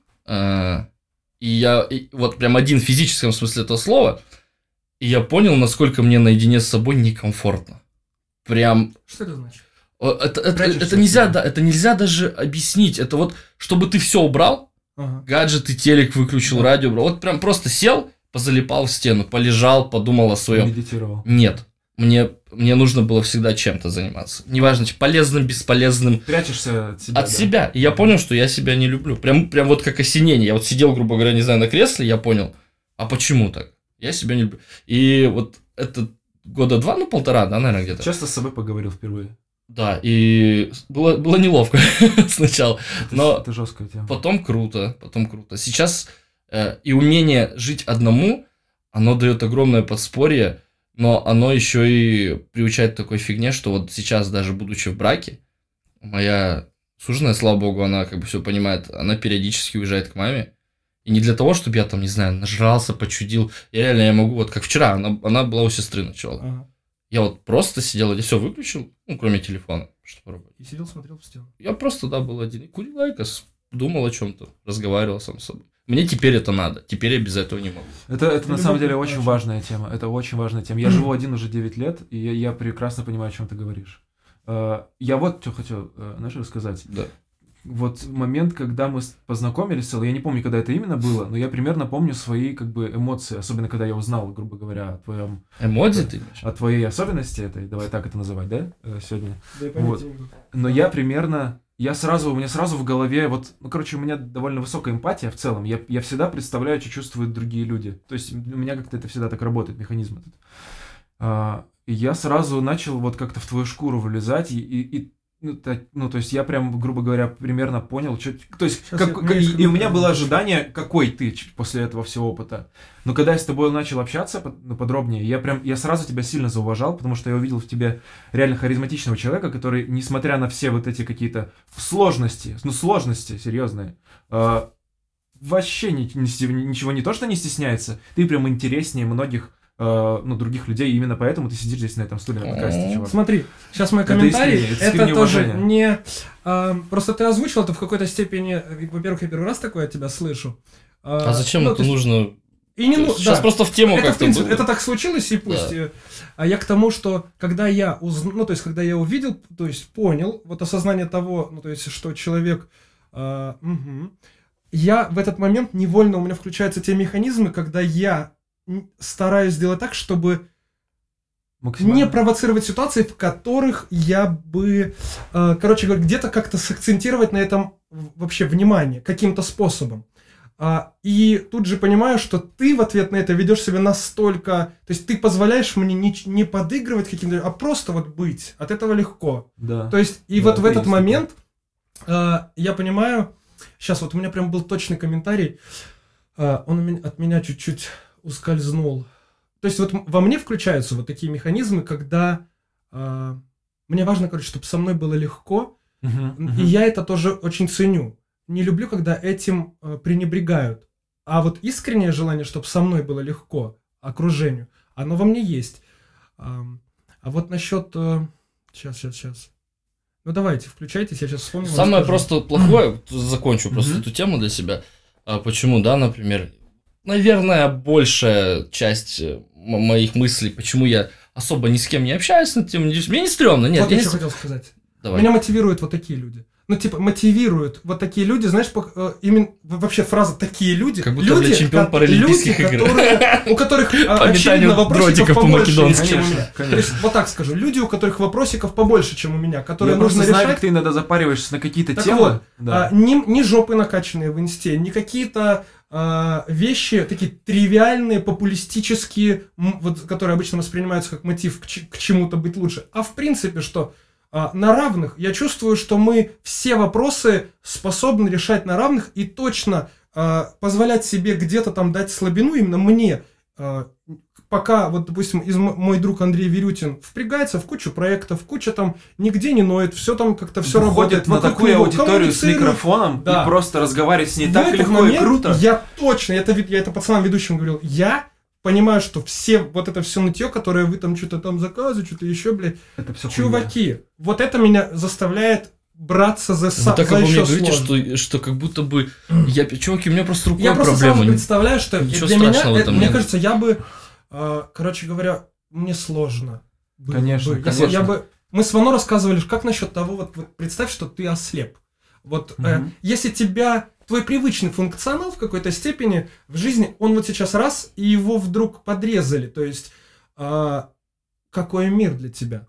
вот прям один в физическом смысле этого слова, и я понял, насколько мне наедине с собой некомфортно. Прям... Что это значит? Это нельзя даже объяснить. Это вот, чтобы ты все убрал, гаджеты, телек выключил, радио убрал. Вот прям просто сел, позалипал в стену, полежал, подумал о своем. Медитировал. Нет. Мне нужно было всегда чем-то заниматься. Неважно, полезным, бесполезным. Прячешься от себя. И я понял, что я себя не люблю. Прям вот как осенение. Я вот сидел, грубо говоря, не знаю, на кресле, я понял, а почему так? Я себя не люблю. И вот это 2 года, 1,5, да, наверное, где-то. Часто с собой поговорил впервые. Да, и было неловко сначала. Но это жесткая тема. Потом круто. Сейчас и умение жить одному, оно дает огромное подспорье. Но оно еще и приучает к такой фигне, что вот сейчас, даже будучи в браке, моя суженая, слава богу, она как бы все понимает, она периодически уезжает к маме. И не для того, чтобы я там, не знаю, нажрался, почудил. Я могу, вот как вчера, она была у сестры ночевала. Я вот просто сидел, я все выключил, ну, кроме телефона, чтобы работать. И сидел, смотрел в стену. Я просто, да, был один. Курил айкос, думал о чем-то, разговаривал сам с собой. Мне теперь это надо, теперь я без этого не могу. Это на самом деле очень важная тема. Это очень важная тема. Я живу один уже 9 лет, и я прекрасно понимаю, о чем ты говоришь. Я вот что хотел, знаешь, рассказать. Да. Вот момент, когда мы познакомились, я не помню, когда это именно было, но я примерно помню свои как бы эмоции, особенно когда я узнал, грубо говоря, о твоем... Эмодзи ты имеешь? О твоей особенности этой, давай так это называть, да, сегодня? Да, Вот. Но я примерно... у меня сразу в голове, у меня довольно высокая эмпатия в целом. Я всегда представляю, что чувствуют другие люди. То есть у меня как-то это всегда так работает, механизм этот. И я сразу начал вот как-то в твою шкуру влезать, то есть я прям, грубо говоря, примерно понял, что... То есть, и у меня было ожидание, какой ты после этого всего опыта. Но когда я с тобой начал общаться подробнее, я сразу тебя сильно зауважал, потому что я увидел в тебе реально харизматичного человека, который, несмотря на все вот эти какие-то сложности серьезные, вообще ничего не то, что не стесняется, ты прям интереснее многих других людей, и именно поэтому ты сидишь здесь на этом стуле на подкасте, чувак. Смотри, сейчас мой комментарий, это тоже не... Просто ты озвучил это в какой-то степени, во-первых, я первый раз такое от тебя слышу. А зачем это нужно? И не сейчас просто в тему это, как-то в принципе, было. это так случилось, и пусть. Да. А я к тому, что когда я когда я увидел, то есть понял, вот осознание того, что человек... я в этот момент невольно, у меня включаются те механизмы, когда я стараюсь сделать так, чтобы не провоцировать ситуации, в которых я бы, где-то как-то сакцентировать на этом вообще внимание каким-то способом. И тут же понимаю, что ты в ответ на это ведешь себя настолько... То есть ты позволяешь мне не подыгрывать каким-то, а просто вот быть. От этого легко. Да. То есть и вот в этот момент я понимаю... Сейчас вот у меня прям был точный комментарий. Он от меня чуть-чуть ускользнул. То есть вот во мне включаются вот такие механизмы, когда мне важно, чтобы со мной было легко, и я это тоже очень ценю. Не люблю, когда этим пренебрегают. А вот искреннее желание, чтобы со мной было легко, окружению, оно во мне есть. А вот насчет... Сейчас. Ну давайте, включайтесь, я сейчас вспомню. Самое просто плохое, закончу просто эту тему для себя. Почему, да, например... Наверное, большая часть моих мыслей, почему я особо ни с кем не общаюсь на тему, мне не стрёмно, нет. Вот я что хотел сказать. Давай. Меня мотивируют вот такие люди. Мотивируют вот такие люди, знаешь, именно вообще фраза «такие люди». Как будто, люди, чемпион паралимпийских игр. У которых, очевидно, вопросиков побольше, чем у меня. Конечно. То есть, вот так скажу, люди, у которых вопросиков побольше, чем у меня, которые я нужно решать. Я знаю, как ты иногда запариваешься на какие-то темы. Вот, да. не жопы накачанные в инсте, не какие-то вещи такие тривиальные, популистические, вот, которые обычно воспринимаются как мотив к чему-то быть лучше. А в принципе, что на равных, я чувствую, что мы все вопросы способны решать на равных и точно позволять себе где-то там дать слабину именно мне. Пока, вот, допустим, мой друг Андрей Верютин впрягается в кучу проектов, куча там нигде не ноет, все там как-то все работает. На такую аудиторию с микрофоном и просто разговаривать с ней так легко и круто. Я точно, я это пацанам ведущим говорил, я понимаю, что вот это все нытье, которое вы там что-то там заказываете, что-то еще, блядь, это все чуваки, хуйня. Вот это меня заставляет браться за Вы так обо мне говорите, что как будто бы чуваки, у меня просто рукой проблема. Я просто сразу представляю, что для меня, мне нет. кажется, я бы, короче говоря, мне сложно было конечно, бы. конечно. Мы с Вано рассказывали, как насчет того, вот представь, что ты ослеп. Вот если твой привычный функционал в какой-то степени в жизни, он вот сейчас раз, и его вдруг подрезали. То есть, какой мир для тебя?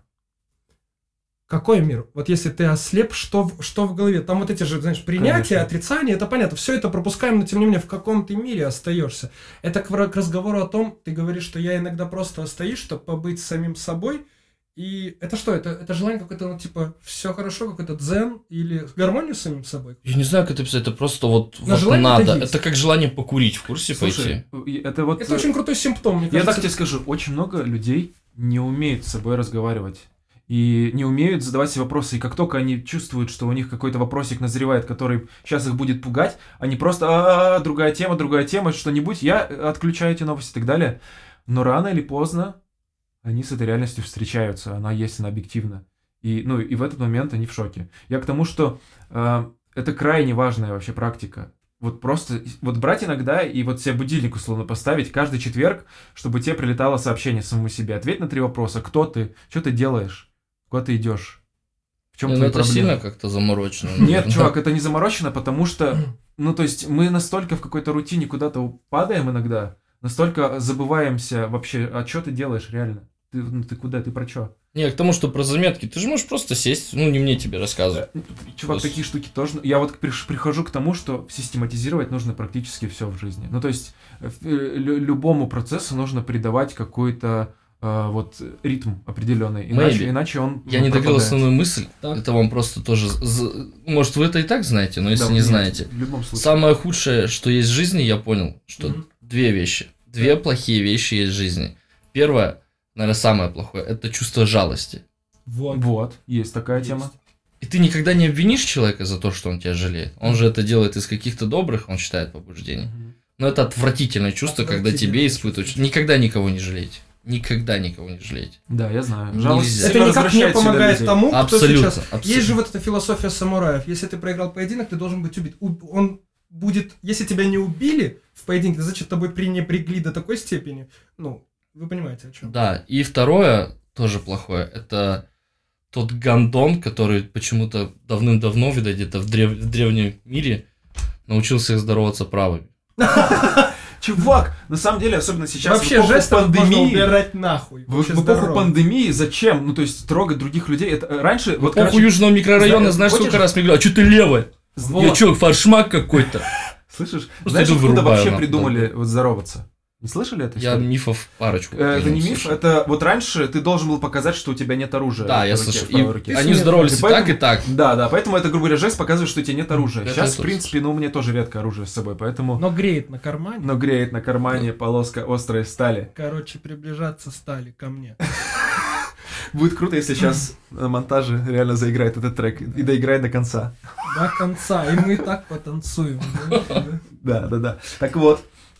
Какой мир? Вот если ты ослеп, что в голове? Там вот эти же, знаешь, принятие, отрицание, это понятно. Все это пропускаем, но тем не менее, в каком ты мире остаешься. Это к разговору о том, ты говоришь, что я иногда просто остаюсь, чтобы побыть самим собой. И это что? Это желание какое-то, все хорошо, какой-то дзен или гармонию с самим собой? Я не знаю, как это писать, это просто вот надо. Это как желание покурить в курсе. Слушай, пойти. Это очень крутой симптом, мне кажется. Я так тебе скажу, очень много людей не умеют с собой разговаривать. И не умеют задавать себе вопросы. И как только они чувствуют, что у них какой-то вопросик назревает, который сейчас их будет пугать, они просто другая тема, что-нибудь, я отключаю эти новости и так далее. Но рано или поздно они с этой реальностью встречаются, она есть, она объективна. И в этот момент они в шоке. Я к тому, что это крайне важная вообще практика. Вот просто брать иногда и вот себе будильник условно поставить каждый четверг, чтобы тебе прилетало сообщение самому себе. Ответь на 3 вопроса. Кто ты? Что ты делаешь? Куда ты идешь? В чем твои это проблемы? сильно как-то заморочено. Нет, чувак, это не заморочено, потому что, то есть мы настолько в какой-то рутине куда-то падаем иногда, настолько забываемся вообще, а что ты делаешь реально? Ты куда? Ты про что? Не, к тому, что про заметки, ты же можешь просто сесть, не мне тебе рассказывать. Чувак, такие штуки тоже... Я вот прихожу к тому, что систематизировать нужно практически все в жизни. То есть любому процессу нужно придавать какой-то ритм определенный, иначе он... Я не договорил основную мысль, это вам просто тоже... Может, вы это и так знаете, но если не знаете. В любом случае. Самое худшее, что есть в жизни, я понял, что 2 вещи. 2 плохие вещи есть в жизни. Первое, наверное, самое плохое, это чувство жалости. Вот, есть такая тема. И ты никогда не обвинишь человека за то, что он тебя жалеет. Он же это делает из каких-то добрых, он считает, побуждений. Но это отвратительное чувство, когда тебе испытывают. Никогда никого не жалейте. Никогда никого не жалейте. Да, я знаю. Жалость это никак не помогает тому, кто абсолютно, сейчас... абсолютно. Есть же вот эта философия самураев. Если ты проиграл поединок, ты должен быть убит. Он будет... Если тебя не убили в поединке, значит, тобой пренебрегли до такой степени. Вы понимаете, о чем. Да, и второе, тоже плохое, это тот гандон, который почему-то давным-давно, видать, где-то в древнем мире научился здороваться правыми. Чувак, на самом деле, особенно сейчас вообще, в эпоху пандемии, убирать нахуй. в эпоху пандемии зачем? То есть трогать других людей. Это раньше... В эпоху южного микрорайона, знаешь, сколько раз мне говорят, а что ты левая? Я что, фаршмак какой-то? Слышишь? Знаешь, откуда вообще придумали здороваться? Не слышали это? Я мифов парочку. Это не миф, это вот раньше ты должен был показать, что у тебя нет оружия. Да, я слышал. Они здоровались и так, и так. Да, поэтому это, грубо говоря, жест показывает, что у тебя нет оружия. Сейчас, в принципе, у меня тоже редко оружие с собой, поэтому... Но греет на кармане. Полоска острой стали. Короче, приближаться стали ко мне. Будет круто, если сейчас на монтаже реально заиграет этот трек и доиграет до конца. До конца, и мы так потанцуем. Да. Так вот.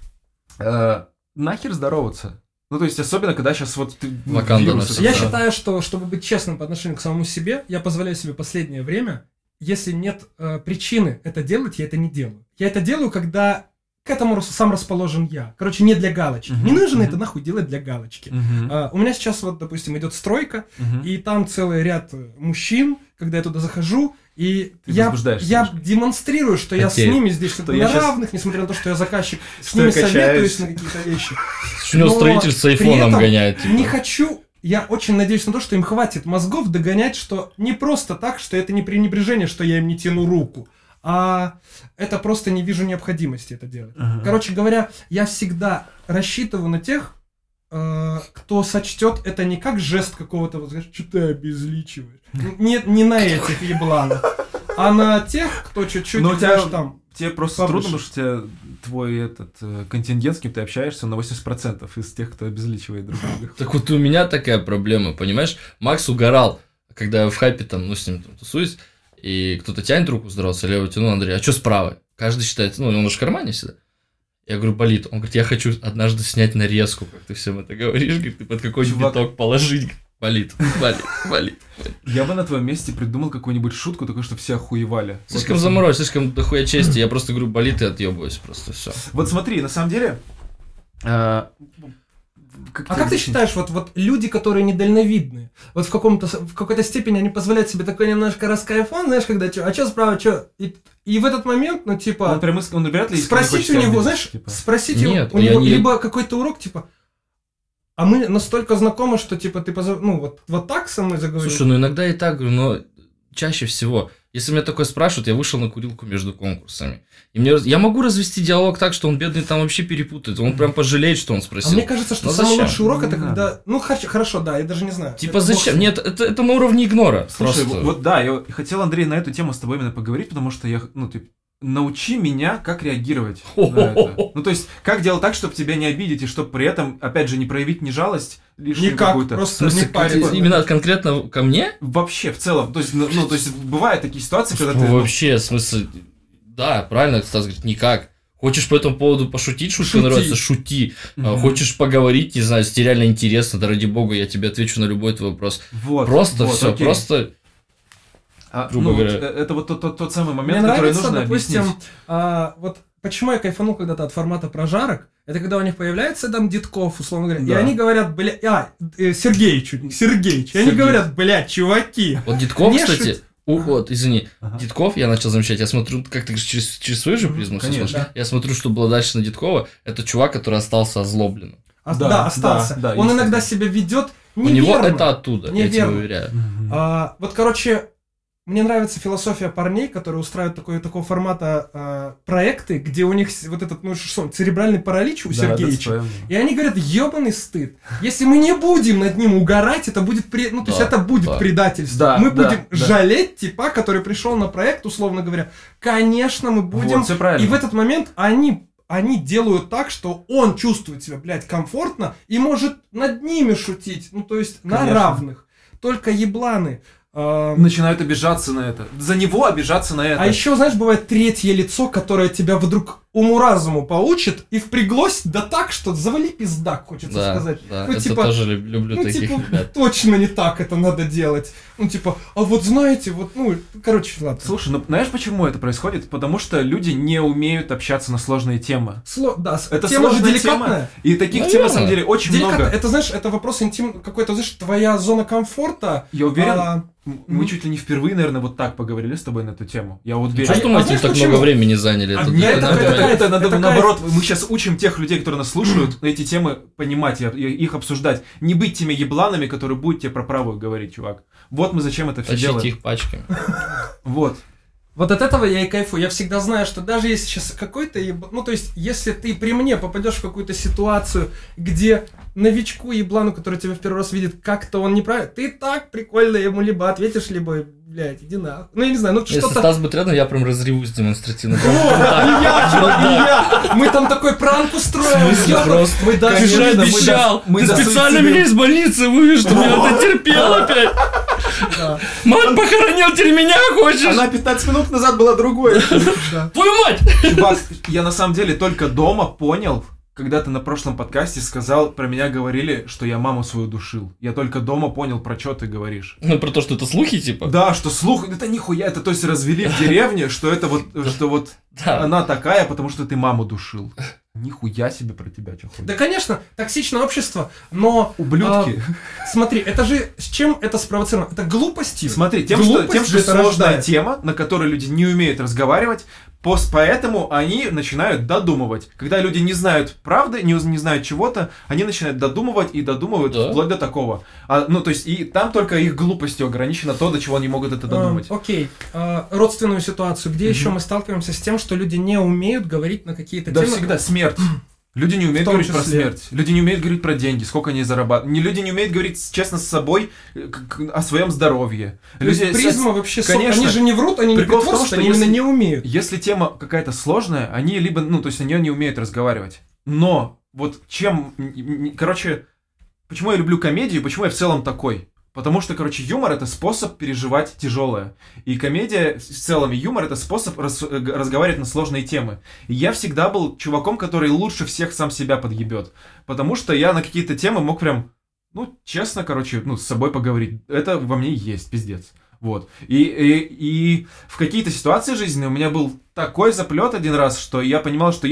Нахер здороваться? То есть, особенно, когда сейчас вирус... Я считаю, что, чтобы быть честным по отношению к самому себе, я позволяю себе последнее время, если нет причины это делать, я это не делаю. Я это делаю, когда к этому сам расположен я. Короче, не для галочки. Не нужно это нахуй делать для галочки. У меня сейчас, допустим, идет стройка, и там целый ряд мужчин, когда я туда захожу, и я демонстрирую, что я с ними здесь что-то на равных, несмотря на то, что я заказчик, с ними советуюсь на какие-то вещи. У него строитель с айфоном гоняет. Не хочу, я очень надеюсь на то, что им хватит мозгов догонять, что не просто так, что это не пренебрежение, что я им не тяну руку, а это просто не вижу необходимости это делать. Короче говоря, я всегда рассчитываю на тех, кто сочтет это не как жест какого-то, вот, знаешь, что ты обезличиваешь. Нет, не на этих ебланах, а на тех, кто чуть-чуть, знаешь, там... Тебе просто трудно, потому что твой контингент, с кем ты общаешься, на 80% из тех, кто обезличивает друг друга. Так вот у меня такая проблема, понимаешь? Макс угорал, когда я в хайпе с ним тусуюсь, и кто-то тянет руку здороваться, я его тяну, Андрей, а что справа? Каждый считает, он же в кармане всегда. Я говорю, болит. Он говорит, я хочу однажды снять нарезку, как ты всем это говоришь, говорит, ты под какой-нибудь биток положить. Болит. Я бы на твоем месте придумал какую-нибудь шутку, такую, что все охуевали. Слишком заморочь, слишком дохуя чести. Я просто говорю, болит и отъебываюсь просто, все. Вот смотри, на самом деле... как ты считаешь, вот люди, которые недальновидные, вот в какой-то степени они позволяют себе такой немножко раскайфон, знаешь, когда а что справа, что... И в этот момент, он вряд ли спросить у него, знаешь, спросить у него либо какой-то урок, а мы настолько знакомы, что, ты вот так со мной заговорил. Слушай, иногда и так, но чаще всего, если меня такое спрашивают, я вышел на курилку между конкурсами. И я могу развести диалог так, что он бедный там вообще перепутает, он прям пожалеет, что он спросил. А мне кажется, что самый лучший урок это когда... хорошо, да, я даже не знаю. Зачем? Нет, это на уровне игнора. Слушай, вот да, я хотел, Андрей, на эту тему с тобой именно поговорить, потому что я, научи меня, как реагировать на это. То есть, как делать так, чтобы тебя не обидеть, и чтобы при этом, опять же, не проявить не жалость, лишнюю какую-то. Просто не париться. Именно конкретно ко мне? Вообще, в целом. То есть, бывают такие ситуации, когда ты... Вообще, в смысле, да, правильно Стас говорит, никак. Хочешь по этому поводу пошутить, шутка нравится, шути. Хочешь поговорить, не знаю, если тебе реально интересно, да ради бога, я тебе отвечу на любой твой вопрос. Просто все, просто... грубо говоря. Это вот тот самый момент, мне который нравится, нужно допустим, объяснить. Вот почему я кайфанул когда-то от формата прожарок, это когда у них появляется там Дедков, условно говоря, и они говорят, Сергеич, и они говорят, чуваки. Вот Дедков, кстати... Вот, извини, Дедков я начал замечать, я смотрю, как ты говоришь, через свою же призму все смотришь. Я смотрю, что было дальше на Дедкова, это чувак, который остался озлобленным. Остался. Он иногда себя ведет неверно. У него это оттуда, я тебе уверяю. Вот, короче, мне нравится философия парней, которые устраивают такого формата проекты, где у них вот этот, церебральный паралич у Сергеича. И они говорят, ебаный стыд. Если мы не будем над ним угорать, это будет это будет предательство. Мы будем жалеть типа, который пришел на проект, условно говоря. Конечно, мы будем. И в этот момент они делают так, что он чувствует себя, комфортно и может над ними шутить. На равных. Только ебланы. Начинают обижаться на это. За него обижаться на это. А еще, знаешь, бывает третье лицо, которое тебя вдруг уму-разуму поучит и впряглось, да так, что завали пиздак, хочется сказать. Да, это тоже люблю таких ребят. Точно не так это надо делать. А вот знаете, ладно. Слушай, знаешь, почему это происходит? Потому что люди не умеют общаться на сложные темы. Это тема же деликатная. И таких тем, на самом деле, очень много. Это, знаешь, это вопрос интим, какой-то, знаешь, твоя зона комфорта. Я уверен, мы чуть ли не впервые, наверное, вот так поговорили с тобой на эту тему. Я вот уверен. Что мы этим так много времени заняли? Это надо наоборот, мы сейчас учим тех людей, которые нас слушают, эти темы понимать и их обсуждать. Не быть теми ебланами, которые будут тебе про правую говорить, чувак. Вот мы зачем это все делаем. Тащите их пачками. Вот. Вот от этого я и кайфую. Я всегда знаю, что даже если сейчас какой-то... если ты при мне попадешь в какую-то ситуацию, где новичку еблану, который тебя в первый раз видит, как-то он неправильно... Ты так прикольно ему либо ответишь, либо... иди нахуй. Я не знаю, что-то... Если Стас будет рядом, я прям разревусь демонстративно. Мы там такой пранк устроим. Мы даже обещал. Ты специально меня из больницы вывез, что меня это терпел опять. Мать похоронил, теперь меня хочешь? Она 15 минут назад была другой. Твою мать! Чувак, я на самом деле только дома понял, когда ты на прошлом подкасте сказал, про меня говорили, что я маму свою душил. Я только дома понял, про что ты говоришь. Про то, что это слухи, типа? Да, что слух, это нихуя, это то есть развели в деревне, что это она такая, потому что ты маму душил. Нихуя себе про тебя, что ходит. Да, конечно, токсичное общество, но... Ублюдки. Смотри, это же... С чем это спровоцировано? Это глупостью. Смотри, тем, что сложная тема, на которой люди не умеют разговаривать, поэтому они начинают додумывать. Когда люди не знают правды, не знают чего-то, они начинают додумывать и додумывают вплоть до такого. И там только их глупостью ограничено то, до чего они могут это додумать. Окей. Родственную ситуацию. Где еще мы сталкиваемся с тем, что люди не умеют говорить на какие-то темы? Да всегда смерть. Люди не умеют говорить про смерть. Люди не умеют говорить про деньги, сколько они зарабатывают. Люди не умеют говорить честно с собой о своем здоровье. Призма вообще... Конечно. Они же не врут, они не притворствуются, они именно не умеют. Если тема какая-то сложная, они либо... они не умеют разговаривать. Но вот почему я люблю комедию, почему я в целом такой? Потому что, юмор — это способ переживать тяжелое. И комедия в целом, и юмор — это способ разговаривать на сложные темы. И я всегда был чуваком, который лучше всех сам себя подъебет. Потому что я на какие-то темы мог прям, честно, с собой поговорить. Это во мне есть, пиздец. Вот. И в какие-то ситуации жизненные у меня был такой заплет один раз, что я понимал, что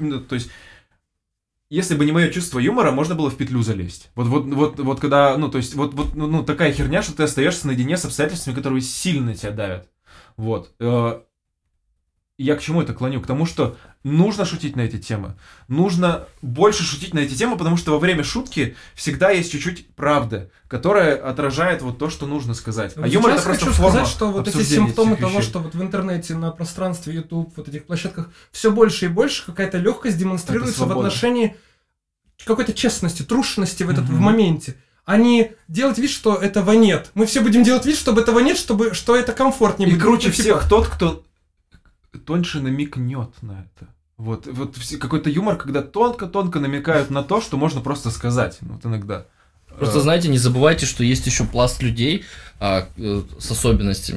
если бы не мое чувство юмора, можно было в петлю залезть. Вот когда, такая херня, что ты остаешься наедине с обстоятельствами, которые сильно тебя давят. Вот. Я к чему это клоню? К тому, что нужно шутить на эти темы. Нужно больше шутить на эти темы, потому что во время шутки всегда есть чуть-чуть правды, которая отражает то, что нужно сказать. А юмор — это просто форма сказать, что вот эти симптомы того, что в интернете, на пространстве YouTube, этих площадках все больше и больше какая-то легкость демонстрируется в отношении какой-то честности, трушности в моменте. А не делать вид, что этого нет. Мы все будем делать вид, чтобы этого нет, что это комфортнее. И круче всех тот, кто тоньше намекнет на это. Вот какой-то юмор, когда тонко-тонко намекают на то, что можно просто сказать. Иногда. Просто, знаете, не забывайте, что есть еще пласт людей с особенностями,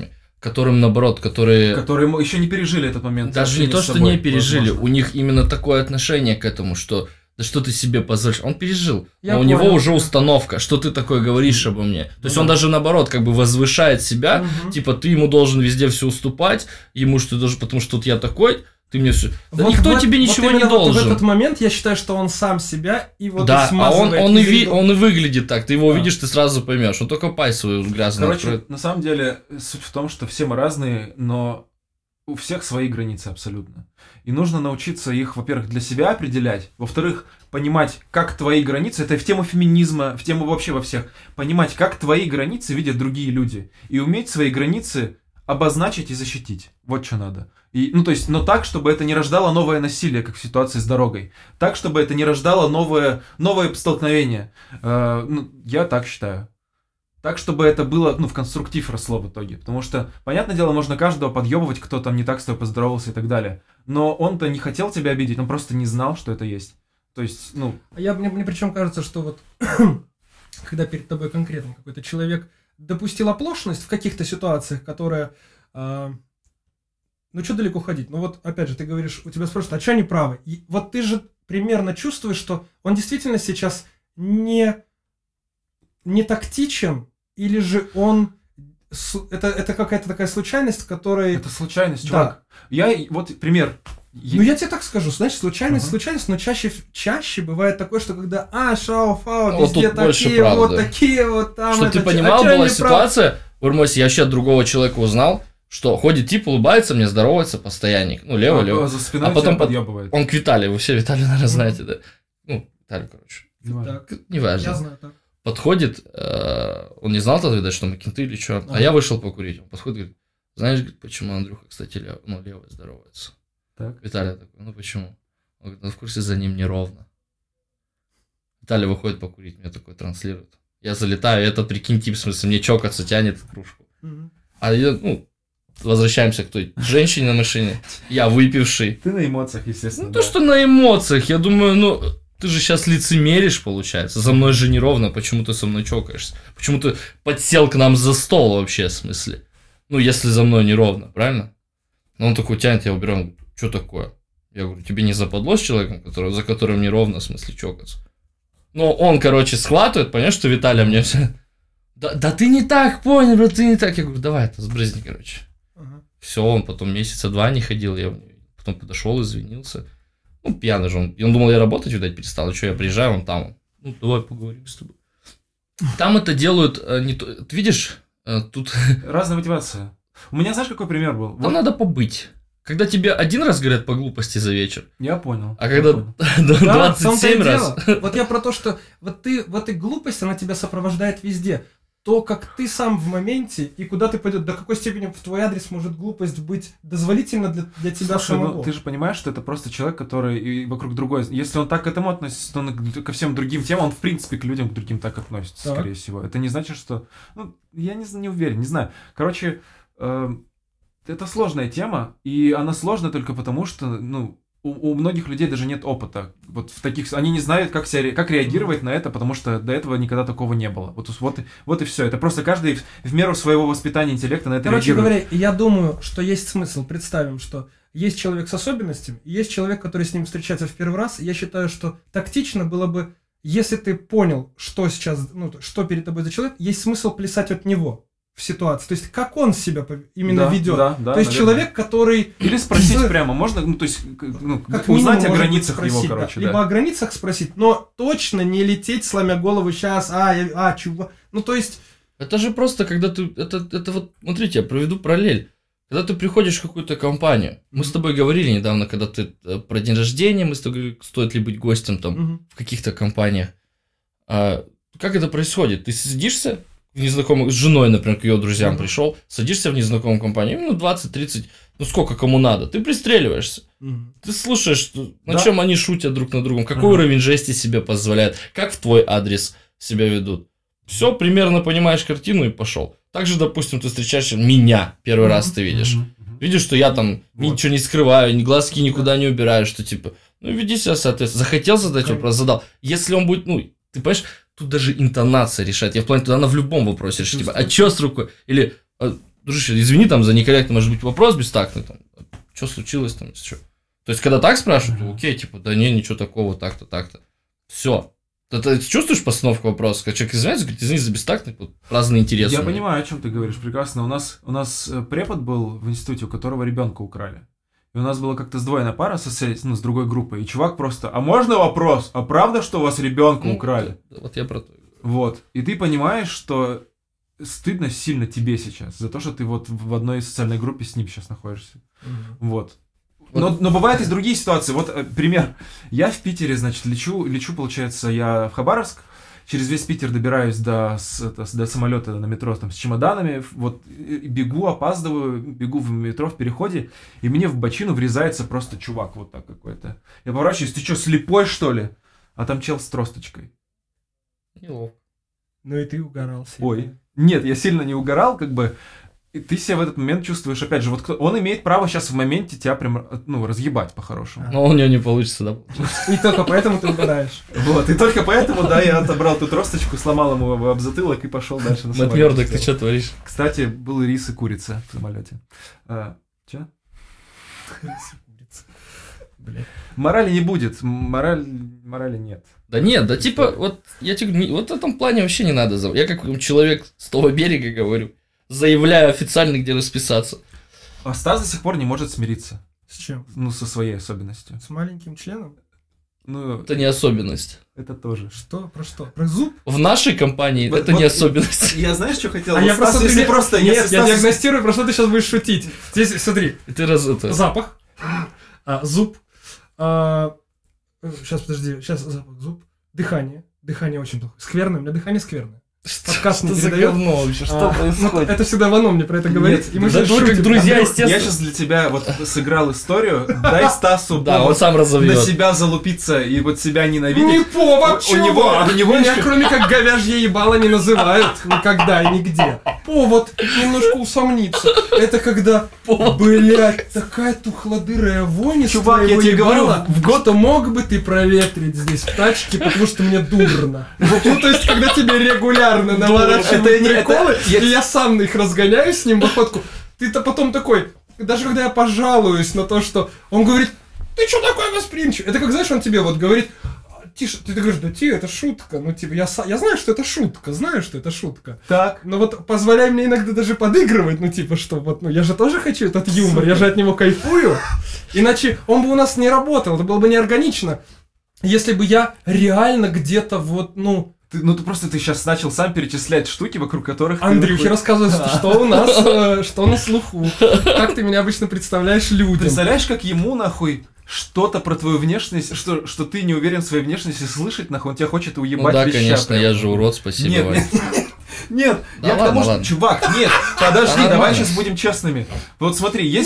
которым, наоборот, которые еще не пережили этот момент. Даже не то, что не пережили, возможно. У них именно такое отношение к этому, что да что ты себе позволишь, он пережил, но у него уже установка, что ты такое говоришь обо мне. То есть он даже наоборот как бы возвышает себя, типа ты ему должен везде все уступать, ему что должен, потому что вот я такой, ты мне все. Да никто тебе ничего не должен. Вот в этот момент я считаю, что он сам себя и вот да, смазывает. А он и выглядит так. Ты его увидишь, ты сразу поймешь. Он только пай свою грязную откроет. На самом деле, суть в том, что все мы разные, но у всех свои границы абсолютно. И нужно научиться их, во-первых, для себя определять, во-вторых, понимать, как твои границы, это в тему феминизма, в тему вообще во всех, понимать, как твои границы видят другие люди, и уметь свои границы обозначить и защитить. Вот что надо. И, но так, чтобы это не рождало новое насилие, как в ситуации с дорогой. Так, чтобы это не рождало новое столкновение. Я так считаю. Так, чтобы это было, в конструктив росло в итоге. Потому что, понятное дело, можно каждого подъебывать, кто там не так с тобой поздоровался и так далее. Но он-то не хотел тебя обидеть, он просто не знал, что это есть. То есть, Мне причем кажется, что вот, когда перед тобой конкретно какой-то человек допустил оплошность в каких-то ситуациях, которая... что далеко ходить? Опять же, ты говоришь, у тебя спрашивают, а что они правы? И вот ты же примерно чувствуешь, что он действительно сейчас не тактичен, или же он... Это какая-то такая случайность, которая... Это случайность, чувак. Да. Пример. Я тебе так скажу, значит, случайность, но чаще бывает такое, что когда, шау-фау, везде такие, вот такие вот там... Что ты понимал, была ситуация, в Урмосе я вообще от другого человека узнал, что ходит тип, улыбается, мне здоровается постоянник, лево. За спиной а потом он к Виталию, вы все Виталию, наверное, знаете, да? Виталию, короче. Неважно. Я знаю, так. Подходит, он не знал тогда, видать, что мы кенты или что, а я вышел покурить. Он подходит и говорит, знаешь, почему Андрюха, кстати, левой здоровается? Так. Виталий такой, почему? Он говорит, в курсе, за ним неровно. Виталий выходит покурить, мне такой транслирует. Я залетаю, это, прикинь, тип, в смысле, мне чокаться тянет кружку. А я, возвращаемся к той женщине на машине, я выпивший. Ты на эмоциях, естественно. То, что на эмоциях, я думаю, ты же сейчас лицемеришь, получается. За мной же неровно, почему ты со мной чокаешься? Почему ты подсел к нам за стол вообще, в смысле? Если за мной неровно, правильно? Но он такой тянет, я уберу, он говорит, что такое? Я говорю, тебе не западло с человеком, за которым неровно, в смысле, чокаться? Но он, схватывает, понимаешь, что Виталий мне все... Да ты не так понял, бро, ты не так. Я говорю, давай, это сбрызни, Все, он потом месяца 2 не ходил, я потом подошел, извинился. Пьяный же он. И он думал, я работать, видать, перестал. И что, я приезжаю, он там. Давай поговорим с тобой. Там это делают не то. Ты видишь, тут... Разная мотивация. У меня, знаешь, какой пример был? Там надо побыть. Когда тебе один раз говорят по глупости за вечер. Я понял. А когда 27 раз. Вот я про то, что ты в этой глупости, она тебя сопровождает везде. То, как ты сам в моменте и куда ты пойдешь, до какой степени в твой адрес может глупость быть дозволительна для тебя самого. Ты же понимаешь, что это просто человек, который и вокруг другой. Если он так к этому относится, то он ко всем другим темам, он в принципе к людям к другим так относится, так. Скорее всего. Это не значит, что... я не уверен, не знаю. Короче, это сложная тема, и она сложная только потому, что, у многих людей даже нет опыта. Вот в таких... Они не знают, как реагировать на это, потому что до этого никогда такого не было. Вот и все. Это просто каждый в меру своего воспитания интеллекта на это реагирует. Короче говоря, я думаю, что есть смысл. Представим, что есть человек с особенностями, и есть человек, который с ним встречается в первый раз. Я считаю, что тактично было бы, если ты понял, что сейчас, что перед тобой за человек, есть смысл плясать от него в ситуации. То есть, как он себя именно ведет. Да, то есть, наверное. Человек, который... Или спросить прямо, можно, узнать о границах спросить, его, да. Либо о границах спросить, но точно не лететь, сломя голову, сейчас, чувак. То есть... Это же просто, когда ты... Это вот, смотрите, я проведу параллель. Когда ты приходишь в какую-то компанию, мы с тобой говорили недавно, когда ты про день рождения, мы с тобой говорили, стоит ли быть гостем там в каких-то компаниях. Как это происходит? Ты садишься в незнакомых, с женой, например, к ее друзьям пришел, садишься в незнакомую компанию, 20-30, сколько кому надо, ты пристреливаешься. Ты слушаешь, на чем они шутят друг над другом, какой уровень жести себе позволяет, как в твой адрес себя ведут. Все, примерно понимаешь картину и пошел. Также, допустим, ты встречаешь меня, первый раз ты видишь. Видишь, что я там ничего не скрываю, ни глазки никуда не убираю, что типа, веди себя соответственно. Захотел задать вопрос, задал. Если он будет, ты понимаешь, тут даже интонация решает. Я в плане, она в любом вопросе решит. Типа, а чё с рукой? Или дружище, извини там за некорректный, может быть, вопрос бестактный, там, что случилось там, что. То есть, когда так спрашивают, то окей, типа, да не, ничего такого, так-то, так-то. Все. Ты чувствуешь постановку вопроса? Когда человек извиняется, говорит, извини за бестактный, вот, разные интересы. Я понимаю, о чем ты говоришь, прекрасно. У нас препод был в институте, у которого ребенка украли. И у нас была как-то сдвоенная пара с другой группой. И чувак просто, а можно вопрос? А правда, что у вас ребенка украли? Вот я про то. Вот. И ты понимаешь, что стыдно сильно тебе сейчас за то, что ты вот в одной социальной группе с ним сейчас находишься. Вот. Но бывают и другие ситуации. Вот пример. Я в Питере, значит, лечу, получается, я в Хабаровск, через весь Питер добираюсь до самолета на метро там, с чемоданами, вот бегу, опаздываю, бегу в метро в переходе, и мне в бочину врезается просто чувак вот так какой-то. Я поворачиваюсь, ты что, слепой, что ли? А там чел с тросточкой. Неловко. Ну и ты угорал сильно. Ой. Нет, я сильно не угорал, как бы. И ты себя в этот момент чувствуешь, опять же, вот он имеет право сейчас в моменте тебя прям, разъебать по-хорошему. Но у него не получится, да? И только поэтому ты угораешь. Вот, и только поэтому, да, я отобрал ту тросточку, сломал ему об затылок и пошел дальше на самолет. Мэтт Мёрдок, ты что творишь? Кстати, был рис и курица в самолете. Че? Морали не будет, морали нет. Да нет, да типа, вот я тебе вот в этом плане вообще не надо. Я как человек с того берега говорю, заявляю официально, где расписаться. А Стас до сих пор не может смириться. С чем? Ну, со своей особенностью. С маленьким членом? Ну, это не особенность. Это тоже. Что? Про что? Про зуб? В нашей компании это не особенность. Я знаешь, что хотел? Я просто... Нет, я Стас... диагностирую, про что ты сейчас будешь шутить. Здесь, смотри. Запах. Зуб. Сейчас, подожди. Сейчас запах, зуб. Дыхание. Дыхание очень плохое. Скверное. У меня дыхание скверное. Подкаст не передает. Говно вообще? Что происходит? Это всегда Вано мне про это говорит. И мы же как друзья, естественно. Я сейчас для тебя вот сыграл историю. Дай Стасу да, он сам разовьет. На себя залупиться и вот себя ненавидеть. Не повод, чувак! У него меня кроме как говяжье ебало не называют никогда и нигде. Повод немножко усомниться. Это когда, блядь, такая тухлодырая вонь. Чувак, я тебе говорю, в год мог бы ты проветрить здесь в тачке, потому что мне дурно. Ну, то есть, когда тебе регулярно наворачивают приколы, и я сам их разгоняю с ним в охотку, ты-то потом такой, даже когда я пожалуюсь на то, что он говорит, ты что такой восприимчивый? Это как, знаешь, он тебе вот говорит, тише, ты говоришь, да тихо, это шутка, ну типа, я знаю, что это шутка, Так. Но вот позволяй мне иногда даже подыгрывать, ну типа, что вот, ну я же тоже хочу этот юмор, я же от него кайфую, иначе он бы у нас не работал, это было бы неорганично, если бы я реально где-то вот, ты сейчас начал сам перечислять штуки, вокруг которых... Андрюхе рассказывает, что у нас, что на слуху. Как ты меня обычно представляешь людям. Представляешь, как ему, нахуй, что-то про твою внешность, что ты не уверен в своей внешности слышать, нахуй, он тебя хочет уебать да, конечно, прям. Я же урод, спасибо. Нет, да я ладно, к тому, ладно. что, чувак, нет, подожди, да давай сейчас будем честными. Вот смотри, есть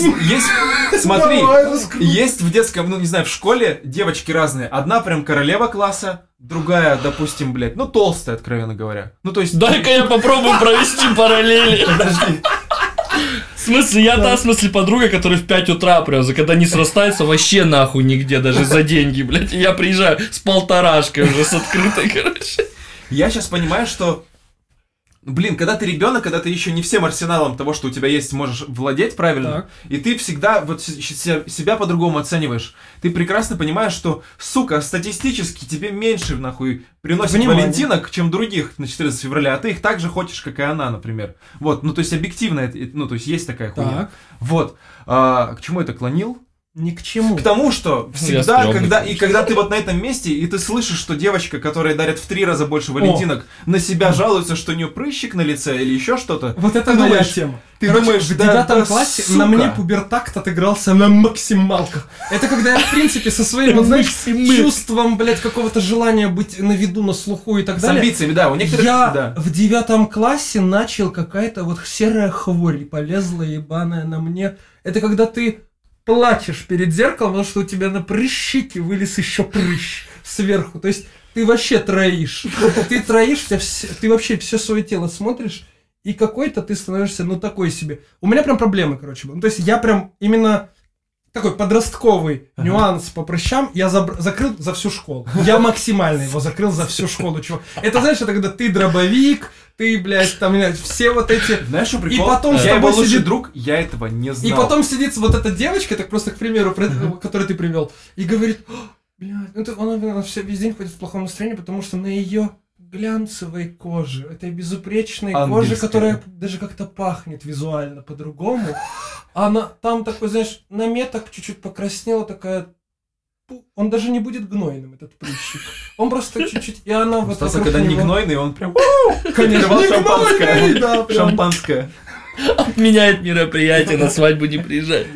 в детском, не знаю, в школе девочки разные. Одна прям королева класса, другая, допустим, блядь, толстая, откровенно говоря. То есть... Дай-ка я попробую провести параллели. Подожди. В смысле, я та, в смысле, подруга, которая в 5 утра прям, когда не срастается вообще нахуй нигде, даже за деньги, блядь. И я приезжаю с полторашкой уже, с открытой, короче. Я сейчас понимаю, что... когда ты ребенок, когда ты еще не всем арсеналом того, что у тебя есть, можешь владеть правильно, так. И ты всегда вот себя по-другому оцениваешь. Ты прекрасно понимаешь, что, сука, статистически тебе меньше, нахуй, приносит валентинок, чем других на 14 февраля, а ты их так же хочешь, как и она, например. Вот, то есть объективно, то есть есть такая хуйня. Так. Вот. К чему это клонил? Ни к чему. К тому, что всегда, когда ты вот на этом месте, и ты слышишь, что девочка, которая дарит в 3 раза больше валентинок, на себя жалуется, что у нее прыщик на лице или еще что-то. Вот это моя тема. Ты думаешь, в 9 классе на мне пубертакт отыгрался на максималках. Это когда я, в принципе, со своим, чувством, блядь, какого-то желания быть на виду, на слуху и так далее. С амбициями, да, у некоторых... Я в 9 классе начал какая-то вот серая хворь полезла ебаная на мне. Это когда ты плачешь перед зеркалом, потому что у тебя на прыщике вылез еще прыщ сверху. То есть ты вообще троишь. Ты троишь, ты вообще все свое тело смотришь, и какой-то ты становишься, такой себе. У меня прям проблемы, короче. То есть я прям именно такой подростковый нюанс по прыщам я закрыл за всю школу. Я максимально его закрыл за всю школу, чувак. Это, знаешь, это когда ты дробовик, ты, блядь, там, все вот эти... Знаешь, что прикол? И потом я его лучший друг, я этого не знал. И потом сидит вот эта девочка, так просто, к примеру, которую ты привел, и говорит, блядь, она весь день ходит в плохом настроении, потому что на ее глянцевой коже, этой безупречной коже, которая даже как-то пахнет визуально по-другому, она там такой, знаешь, наметок чуть-чуть покраснела, такая, он даже не будет гнойным, этот прыщик. Он просто чуть-чуть, и она вот Стаса, когда не гнойный, он прям... Конечно, не гнойный, да, прям. Шампанское. Отменяет мероприятие, на свадьбу не приезжает.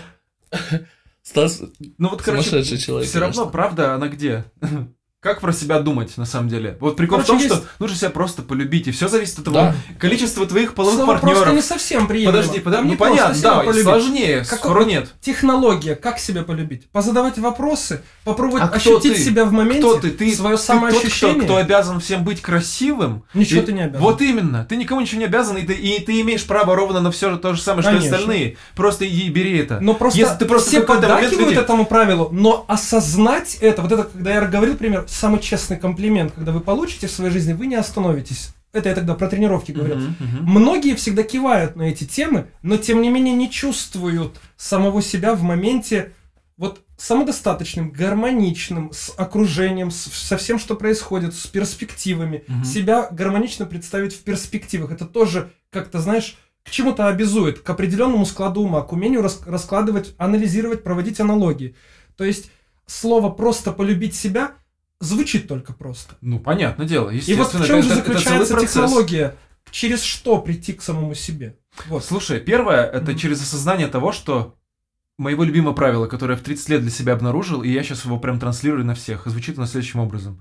Стас, ну вот, короче, сумасшедший человек. Все равно, правда, она где? Как про себя думать, на самом деле? Вот прикол в том, что нужно себя просто полюбить, и все зависит от того количества твоих половых партнеров. Просто не совсем приемлемо. Подожди, ну понятно, да, сложнее, скоро нет. Технология, как себя полюбить? Позадавать вопросы, попробовать ощутить себя в моменте, кто ты? Ты свое самоощущение. Тот, кто обязан всем быть красивым. Ничего ты не обязан. Вот именно, ты никому ничего не обязан, и ты имеешь право ровно на все то же самое, что и остальные. Просто иди и бери это. Но просто все поддакивают этому правилу, но осознать это, вот это, когда я говорил, например, самый честный комплимент, когда вы получите в своей жизни, вы не остановитесь. Это я тогда про тренировки говорил. Многие всегда кивают на эти темы, но тем не менее не чувствуют самого себя в моменте вот самодостаточным, гармоничным, с окружением, со всем, что происходит, с перспективами. Себя гармонично представить в перспективах. Это тоже как-то, знаешь, к чему-то обязует, к определенному складу ума, к умению раскладывать, анализировать, проводить аналогии. То есть слово «просто полюбить себя» звучит только просто. Ну, понятное дело, естественно. И вот в чем же заключается технология? Через что прийти к самому себе? Вот. Слушай, первое, это через осознание того, что моего любимого правила, которое я в 30 лет для себя обнаружил, и я сейчас его прям транслирую на всех, звучит оно следующим образом.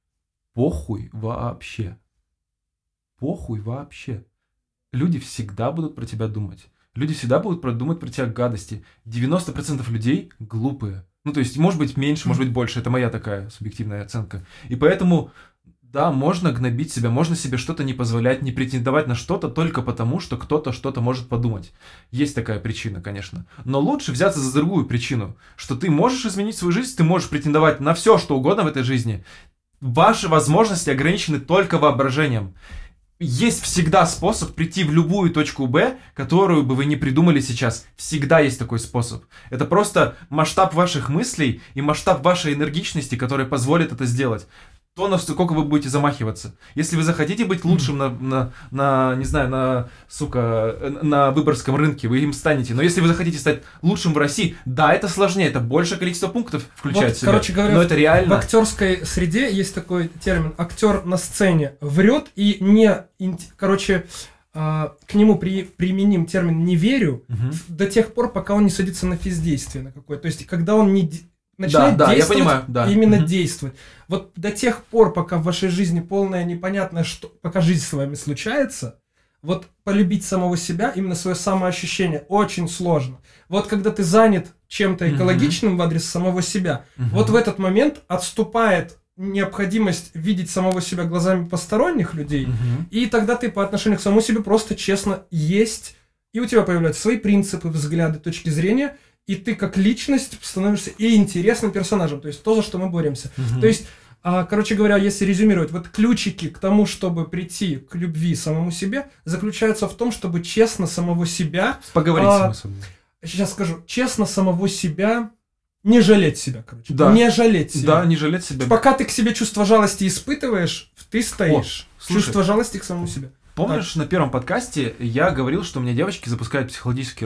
Похуй вообще. Похуй вообще. Люди всегда будут про тебя думать. Люди всегда будут думать про тебя гадости. 90% людей глупые. Ну, то есть, может быть, меньше, может быть, больше. Это моя такая субъективная оценка. И поэтому, да, можно гнобить себя, можно себе что-то не позволять, не претендовать на что-то только потому, что кто-то что-то может подумать. Есть такая причина, конечно. Но лучше взяться за другую причину, что ты можешь изменить свою жизнь, ты можешь претендовать на все, что угодно в этой жизни. Ваши возможности ограничены только воображением. Есть всегда способ прийти в любую точку Б, которую бы вы не придумали сейчас. Всегда есть такой способ. Это просто масштаб ваших мыслей и масштаб вашей энергичности, который позволит это сделать. То, насколько вы будете замахиваться. Если вы захотите быть лучшим на Выборгском рынке, вы им станете. Но если вы захотите стать лучшим в России, да, это сложнее, это большее количество пунктов включает в себя. Короче говоря, но это реально. В актерской среде есть такой термин: актер на сцене врет и не... Короче, к нему применим термин «не верю» до тех пор, пока он не садится на физдействие на какое-то. То есть, когда он не... начинает действовать, я понимаю, именно действовать. Вот до тех пор, пока в вашей жизни полное непонятное, что, пока жизнь с вами случается, вот полюбить самого себя, именно свое самоощущение, очень сложно. Вот когда ты занят чем-то экологичным в адрес самого себя, вот в этот момент отступает необходимость видеть самого себя глазами посторонних людей, и тогда ты по отношению к самому себе просто честно есть, и у тебя появляются свои принципы, взгляды, точки зрения, и ты как личность становишься и интересным персонажем, то есть то, за что мы боремся. То есть, короче говоря, если резюмировать, вот ключики к тому, чтобы прийти к любви самому себе, заключаются в том, чтобы честно самого себя... Поговорить с собой. Сейчас скажу, честно самого себя... Не жалеть себя, короче. Да. Не жалеть себя. Да, не жалеть себя. Пока ты к себе чувство жалости испытываешь, ты стоишь. Чувство жалости к самому себе. Помнишь, на первом подкасте я говорил, что у меня девочки запускают психологический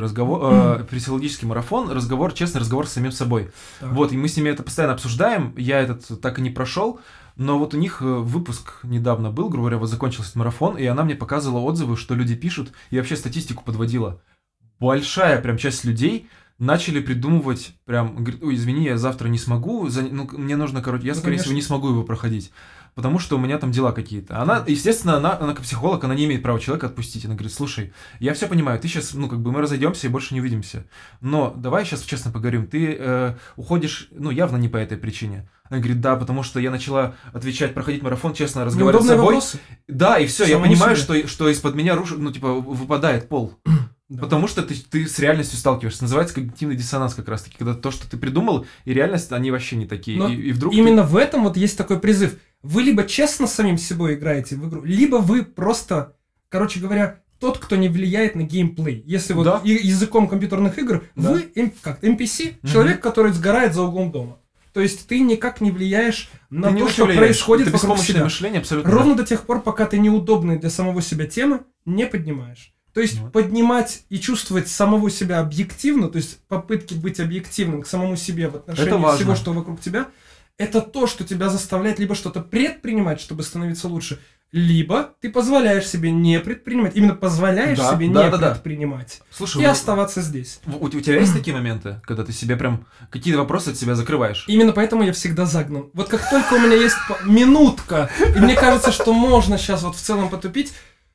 марафон, честный разговор с самим собой. Так. Вот, и мы с ними это постоянно обсуждаем, я этот так и не прошел, но вот у них выпуск недавно был, грубо говоря, вот закончился этот марафон, и она мне показывала отзывы, что люди пишут, и вообще статистику подводила. Большая прям часть людей начали придумывать, прям, говорит, ой, извини, я завтра не смогу, мне нужно, я, скорее всего, не смогу его проходить, потому что у меня там дела какие-то. Она, естественно, она как психолог, она не имеет права человека отпустить. Она говорит, слушай, я все понимаю, ты сейчас, мы разойдемся и больше не увидимся, но давай сейчас честно поговорим, ты уходишь, явно не по этой причине. Она говорит, да, потому что я начала отвечать, проходить марафон, честно разговаривать с собой. Вопросы. Да, и все, я понимаю, что из-под меня выпадает пол. Да. Потому что ты с реальностью сталкиваешься. Называется когнитивный диссонанс как раз-таки, когда то, что ты придумал, и реальность, они вообще не такие. Но И вдруг именно в этом вот есть такой призыв. Вы либо честно с самим собой играете в игру, либо вы просто, короче говоря, тот, кто не влияет на геймплей. Если вот Да. языком компьютерных игр, Да. вы NPC, человек, который сгорает за углом дома. То есть ты никак не влияешь на ты ни то, на что влияешь. происходит Это вокруг беспомощное себя. мышление абсолютно. Ровно до тех пор, пока ты неудобные для самого себя темы не поднимаешь. То есть Вот. поднимать и чувствовать самого себя объективно, то есть попытки быть объективным к самому себе в Это отношении важно. всего, что вокруг тебя, это то, что тебя заставляет либо что-то предпринимать, чтобы становиться лучше, либо ты позволяешь себе не предпринимать, именно позволяешь Да, себе да, не да, да. предпринимать Слушай, и оставаться здесь. у тебя есть такие моменты, когда ты себе прям какие-то вопросы от себя закрываешь? Именно поэтому я всегда загнан. Вот как только у меня есть минутка, и мне кажется, что можно сейчас вот в целом потупить,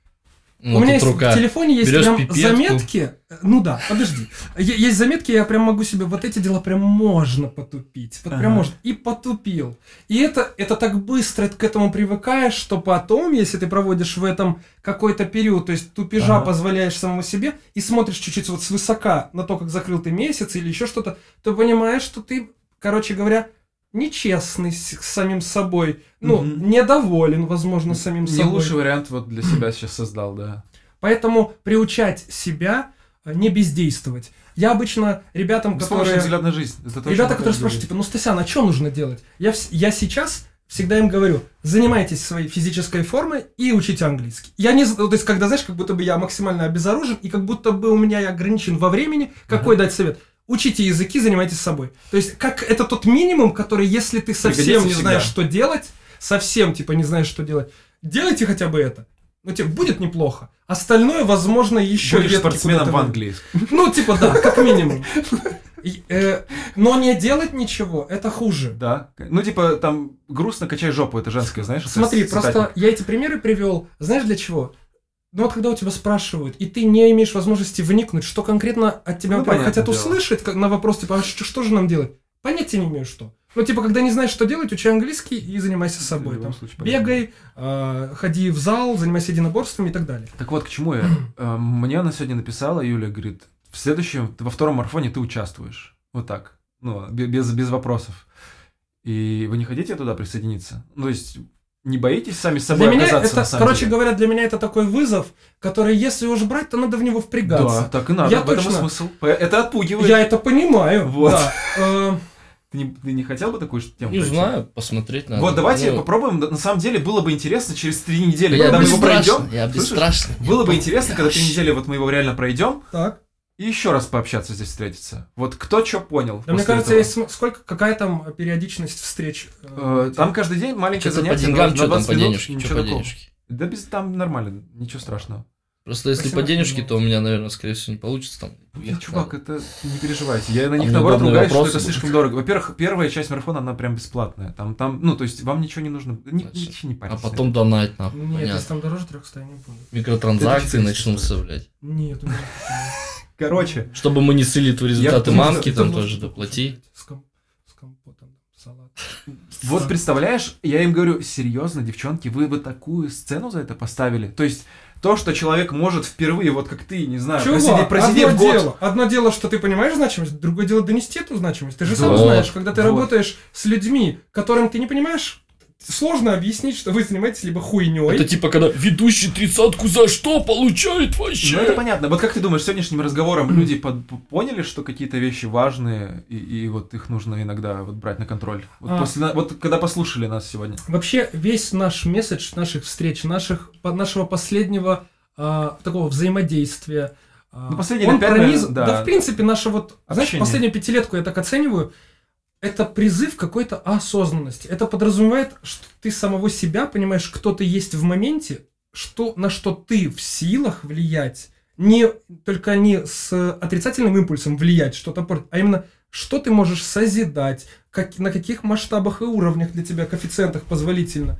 Ну, у меня тут есть рука. в телефоне есть Берешь прям пипетку. заметки. Ну да, подожди. Есть заметки, я прям могу себе вот эти дела прям можно потупить. Вот прям Ага. можно. И потупил. И это так быстро к этому привыкаешь, что потом, если ты проводишь в этом какой-то период, то есть тупежа Ага. позволяешь самому себе, и смотришь чуть-чуть вот свысока на то, как закрыл ты месяц или еще что-то, то понимаешь, что ты, короче говоря, нечестный с самим собой, ну, Мгм. недоволен, возможно, самим Не собой. лучший вариант вот для себя сейчас создал, да. Поэтому приучать себя не бездействовать. Я обычно ребятам, Беспомощный которые... взгляд на жизнь. Это то, Ребята, что которые мы спрашивают, каждый типа, ну, Стасян, а что нужно делать? Я сейчас всегда им говорю, занимайтесь своей физической формой и учите английский. Я не... То есть, когда, знаешь, как будто бы я максимально обезоружен, и как будто бы у меня я ограничен во времени, какой дать совет? Учите языки, занимайтесь собой. То есть, как это тот минимум, который, если ты совсем Пригодится не всегда. знаешь, что делать, совсем, типа, не знаешь, что делать, делайте хотя бы это. Ну, типа, будет неплохо. Остальное, возможно, еще Будешь ветки спортсменом куда-то в вы- английском. Ну, типа, да, как минимум. Но не делать ничего, это хуже. Да. Ну, типа, там, грустно качай жопу, это женское, знаешь? это Смотри, цитатник. просто я эти примеры привел, знаешь, для чего? Ну вот когда у тебя спрашивают, и ты не имеешь возможности вникнуть, что конкретно от тебя Ну, во-первых, понятное хотят дело. услышать на вопрос, типа, а что же нам делать? Понятия не имею, что. Ну, типа, когда не знаешь, что делать, учи английский и занимайся В собой. любом Там, случае полезно. бегай, ходи в зал, занимайся единоборствами и так далее. Так вот, к чему я? Мне она сегодня написала, Юля говорит, во втором марафоне ты участвуешь. Вот так. Ну, без вопросов. И вы не хотите туда присоединиться? Ну, то есть, не боитесь сами с собой Для меня оказаться это, на самом короче деле? говоря, для меня это такой вызов, который, если уж брать, то надо в него впрягаться. Да, так и надо, Я в этом и точно- смысл. Это отпугивает. Я это понимаю. Вот. Да. Ты не хотел бы такую тему Не пройти? знаю, посмотреть надо. Вот давайте Ну, попробуем. На самом деле было бы интересно через 3 недели, Я когда мы его бесстрашный, пройдем. я Слышишь? бесстрашный. Было бы интересно, когда 3 недели вот мы его реально пройдем, Так. и еще раз пообщаться здесь встретиться. Вот кто что понял. Да, мне после кажется, этого. есть какая там периодичность встреч? Там каждый день маленькое Что-то по занятие. деньгам, на что там 20 по минут, денежке, ничего что по такого. денежке. Да там нормально, ничего страшного. Просто если по 18 денежке, минут. то у меня, наверное, скорее всего, не получится там. Я, чувак, это не переживайте. Я на них мне наоборот удобные ругаюсь, что вопросы это слишком дорого. Во-первых, первая часть марафона, она прям бесплатная. Там, ну, то есть вам ничего не нужно, ничего не А париться. потом донать, нахуй, Нет, если понятно. там дороже 300, я не буду. Микротранзакции Это начнутся, блядь. Нет, у меня Короче, Чтобы мы не слили твои результаты думаю, мамки, это там можно тоже доплати. с компотом, салат. вот представляешь, я им говорю, серьезно, девчонки, вы бы такую сцену за это поставили? То есть то, что человек может впервые, вот как ты, не знаю, Чувак, просидев одно год. дело. Одно дело, что ты понимаешь значимость, другое дело донести эту значимость. Ты же сам Вот, знаешь, когда ты вот. работаешь с людьми, которым ты не понимаешь, сложно объяснить, что вы занимаетесь либо хуйней. Это типа, когда ведущий 30-ку за что получает вообще? Ну, это понятно. Вот как ты думаешь, сегодняшним разговором люди поняли, что какие-то вещи важные, и вот их нужно иногда вот брать на контроль? Вот, вот когда послушали нас сегодня. Вообще, весь наш месседж наших встреч, нашего последнего такого взаимодействия, Ну, последние, он наверное, пронизан. да. Да, в принципе, наша вот, знаешь, Общение. последнюю пятилетку я так оцениваю, это призыв какой-то осознанности. Это подразумевает, что ты самого себя понимаешь, кто ты есть в моменте, на что ты в силах влиять, только не с отрицательным импульсом влиять, что-то портить, а именно, что ты можешь созидать, на каких масштабах и уровнях для тебя, коэффициентах позволительно,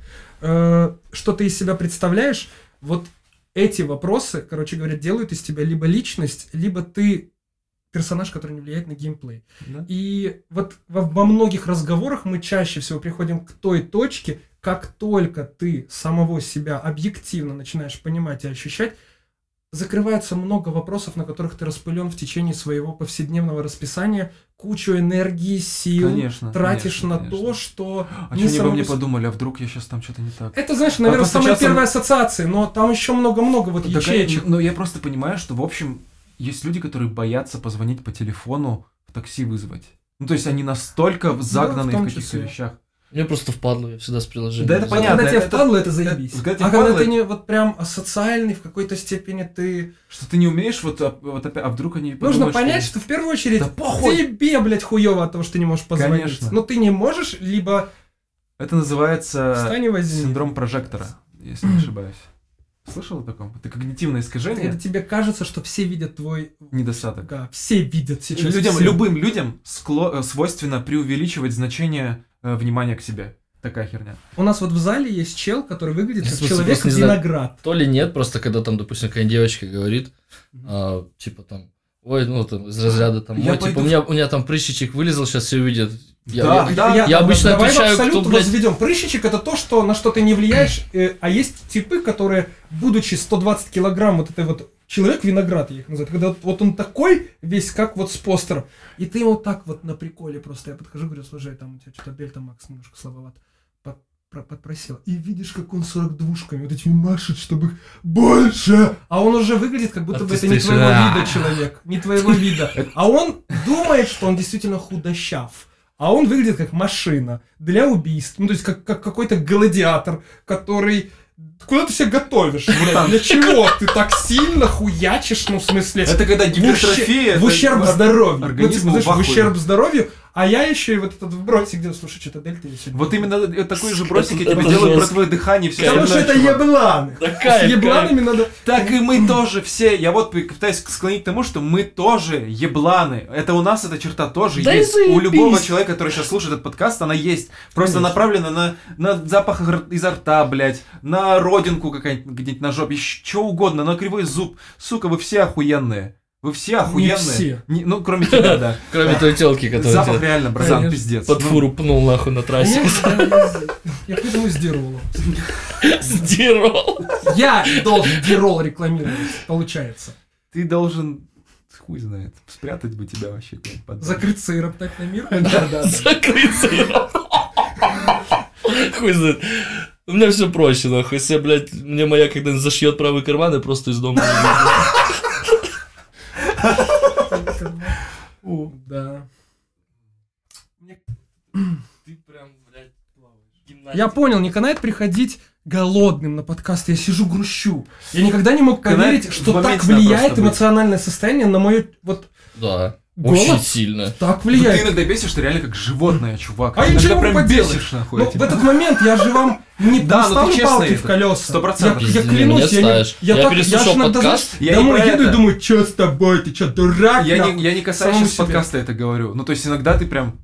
что ты из себя представляешь, вот эти вопросы, короче говоря, делают из тебя либо личность, либо ты персонаж, который не влияет на геймплей. Да. И вот во многих разговорах мы чаще всего приходим к той точке, как только ты самого себя объективно начинаешь понимать и ощущать, закрывается много вопросов, на которых ты распылен в течение своего повседневного расписания, кучу энергии, сил тратишь на то, что... А что они обо мне подумали, а вдруг я сейчас там что-то не так? Это, знаешь, наверное, самая первая ассоциация, но там еще много-много вот ячеечек. Ну, я просто понимаю, что, в общем, есть люди, которые боятся позвонить по телефону, в такси вызвать. Ну, то есть они настолько загнаны в каких-то вещах. Мне просто впадло, я всегда с приложением. Да это понятно. Когда тебе впадло, это заебись. А когда ты не вот прям асоциальный, в какой-то степени ты... Что ты не умеешь, вот опять, а вдруг они подумают, нужно понять, что в первую очередь тебе, блядь, хуёво от того, что ты не можешь позвонить. Конечно. Но ты не можешь, либо... Это называется синдром прожектора, если не ошибаюсь. Слышал о таком? Это когнитивное искажение. Когда тебе кажется, что все видят твой... недостаток. Да, все видят сейчас. Любым людям свойственно преувеличивать значение внимания к себе. Такая херня. У нас вот в зале есть чел, который выглядит как человек-виноград. То ли нет, просто когда там, допустим, какая-нибудь девочка говорит, типа там, ой, ну там из разряда там, ой, типа у меня там прыщичек вылезал, сейчас все увидят. Я обычно отвечаю, кто, блядь... возведем. Прыщичек — это то, что, на что ты не влияешь, а есть типы, которые, будучи 120 килограмм, вот этой вот человек-виноград, я их называю, когда вот он такой весь, как вот с постера, и ты ему так вот на приколе просто, я подхожу, говорю, слушай, там у тебя что-то бельта, Макс, немножко слабоват, подпросил, и видишь, как он 42-шками вот этими машет, чтобы больше, а он уже выглядит, как будто бы это не твоего вида человек, не твоего вида, а он думает, что он действительно худощав. А он выглядит как машина для убийств. Ну, то есть, как какой-то гладиатор, который... Куда ты себя готовишь? Для чего? Ты так сильно хуячишь, ну, в смысле... Это когда гипертрофия... В ущерб здоровью. Организму в ущерб здоровью. А я еще и вот этот бросик делаю, слушай, что-то дельта я сегодня... Вот именно такой же бросик я тебе делаю про твое дыхание. Потому что это ебланы. С ебланами надо... Так и мы тоже все. Я вот пытаюсь склонить к тому, что мы тоже ебланы. Это у нас эта черта тоже есть. У любого человека, который сейчас слушает этот подкаст, она есть. Просто направлена на запах изо рта, блядь, на родинку какая-нибудь где-нибудь на жопе, что угодно, на кривой зуб. Сука, вы все охуенные. Вы все охуенные. Не все. Ну, кроме тебя, да. Кроме той телки, которая... Запах реально, бразан, пиздец. Под фуру пнул нахуй на трассе. Я поэтому сдирол. Сдирол. Я должен дирол рекламировать, получается. Ты должен... Хуй знает. Спрятать бы тебя вообще. Закрыться и роптать на мир? Да. Закрыться и роптать. Хуй знает. У меня все проще, нахуй. Если, блядь, мне моя когда-нибудь зашьет правый карман, я просто из дома да. Ты прям, блядь, плаваешь. Я понял, не канает приходить голодным на подкаст, я сижу грущу. Я никогда не мог поверить, что так влияет эмоциональное состояние на мое вот... Да. Голод очень сильно. Так влияет. Ты иногда бесишь, ты реально как животное, чувак. А я ничего прям бесишь, нахуй. Ну, в этот момент я же вам не поставлю палки в колеса. 100%. Я клянусь, я переслушал подкаст, домой еду и думаю, что с тобой, ты что, дурак? Я не касаюсь сейчас подкаста это говорю. Ну, то есть иногда ты прям...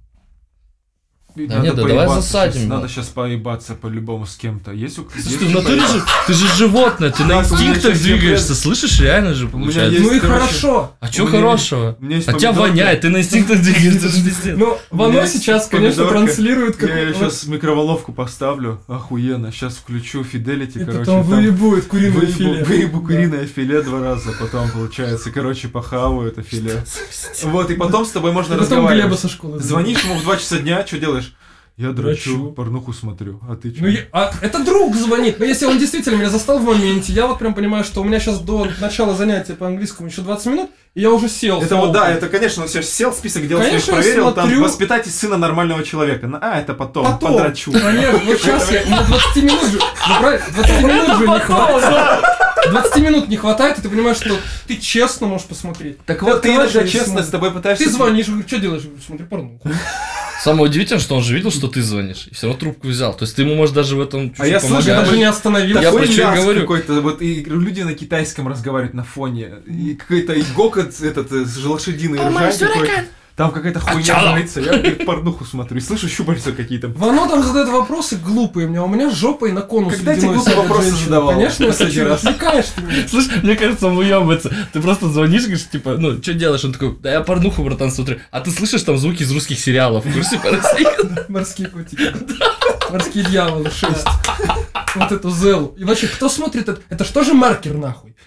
Да нет, да давай засадим. Надо сейчас поебаться по-любому с кем-то. Слушай, в натуре же, ты же животное, ты на инстинктах двигаешься, слышишь, реально же получается. Ну и хорошо. А чё хорошего? А тебя воняет, ты на инстинктах двигаешься, же пиздец. Ну, Вано сейчас, конечно, транслирует как... Я сейчас микроволновку поставлю, охуенно, сейчас включу Fidelity, короче. Потом выебует куриное филе. Выебу куриное филе 2 раза, потом, получается, короче, похаваю это филе. Вот, и потом с тобой можно разговаривать. Потом Глеба со школы. Звонишь ему в 2 часа дня, что делаешь? Я дрочу, порнуху смотрю, а ты чё? Ну, это друг звонит, но если он действительно меня застал в моменте, я вот прям понимаю, что у меня сейчас до начала занятия по английскому еще 20 минут, и я уже сел. Это вот, да, это, конечно, он сейчас сел, список дел своих проверил, там, воспитайте сына нормального человека. Это потом подрочу. Конечно, вот сейчас я, 20 минут же, ну правильно, 20 минут же не хватает. 20 минут не хватает, и ты понимаешь, что ты честно можешь посмотреть. Так вот, ты иногда честно с тобой пытаешься... Ты звонишь, говорю, что делаешь? Смотри порнуху. Самое удивительное, что он же видел, что ты звонишь, и все равно трубку взял. То есть ты ему, может, даже в этом чуть-чуть помогаешь. А я даже не остановил. Я про что говорю. Какой-то, вот, и люди на китайском разговаривают на фоне, и какой-то и гокот этот, лошадиный ржань такой. Там какая-то хуйня говорится, я, говорит, порнуху смотрю, и слышу щупальца какие-то. Вано там задает вопросы глупые мне, а у меня жопой на конус. Когда тебе глупые вопросы задавал? Конечно, я хочу, отвлекаешь ты меня. Слушай, мне кажется, он уебывается. Ты просто звонишь, говоришь, типа, ну, что делаешь? Он такой, да я порнуху, братан, смотрю. А ты слышишь там звуки из русских сериалов, в курсе по-российски? Морские котики. Морские дьяволы 6. Вот эту Зелу. И вообще, кто смотрит это? Это что же маркер, нахуй?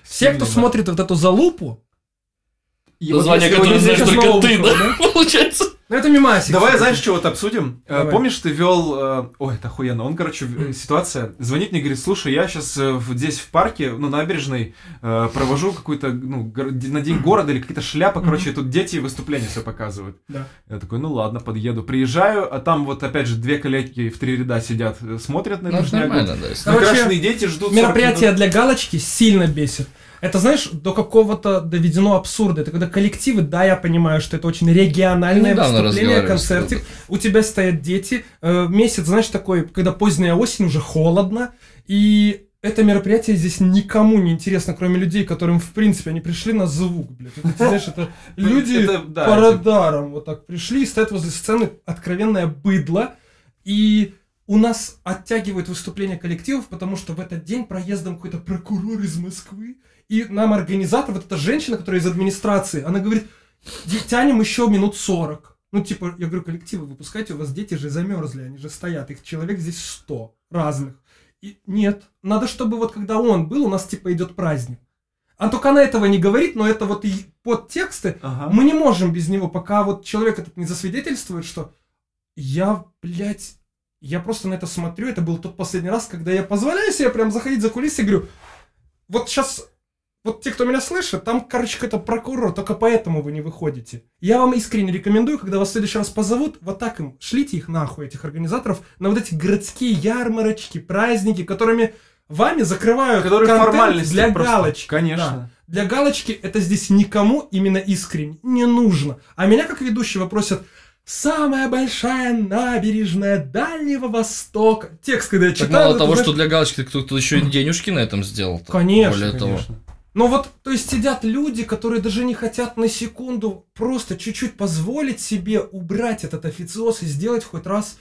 Все, кто смотрит вот эту залупу... Название, которое знаешь только ты, да? Получается. Ну, это мемасик. Давай, знаешь, что вот обсудим? Давай. Помнишь, ты вел... Ой, это охуенно. Он, короче, ситуация. Звонит мне, говорит, слушай, я сейчас здесь в парке, набережной, провожу какую-то, на день города или какие-то шляпы, короче, тут дети выступления все показывают. Да. Я такой, ну ладно, подъеду. Приезжаю, а там вот опять же 2 коллеги в 3 ряда сидят, смотрят на эту шнягу. Нормально, да. Накрашенные дети ждут 40 мероприятие минут. для галочки сильно бесит. Это, знаешь, до какого-то доведено абсурда. Это когда коллективы, да, я понимаю, что это очень региональное выступление, концертик. У тебя стоят дети. Месяц, знаешь, такой, когда поздняя осень, уже холодно. И это мероприятие здесь никому не интересно, кроме людей, которым, в принципе, они пришли на звук, блядь. Это, знаешь, это люди по радарам вот так пришли и стоят возле сцены, откровенное быдло. И у нас оттягивают выступление коллективов, потому что в этот день проездом какой-то прокурор из Москвы. И нам организатор, вот эта женщина, которая из администрации, она говорит, тянем еще минут 40. Ну, типа, я говорю, коллективы выпускайте, у вас дети же замерзли, они же стоят, их человек здесь 100 разных. И нет, надо, чтобы вот когда он был, у нас типа идет праздник. А только она этого не говорит, но это вот и подтексты, мы не можем без него, пока вот человек этот не засвидетельствует, что я просто на это смотрю, это был тот последний раз, когда я позволяю себе прям заходить за кулисы и говорю, вот сейчас... Вот те, кто меня слышит, там, короче, какой-то прокурор, только поэтому вы не выходите. Я вам искренне рекомендую, когда вас в следующий раз позовут, вот так им, шлите их нахуй, этих организаторов, на вот эти городские ярмарочки, праздники, которыми вами закрывают контент для галочки. Конечно. Да. Для галочки это здесь никому именно искренне не нужно. А меня, как ведущего, просят... Самая большая набережная Дальнего Востока. Текст, когда я читаю... Так мало того, что для галочки кто-то еще и денежки на этом сделал. Конечно, более того. Но вот, то есть сидят люди, которые даже не хотят на секунду просто чуть-чуть позволить себе убрать этот официоз и сделать хоть раз,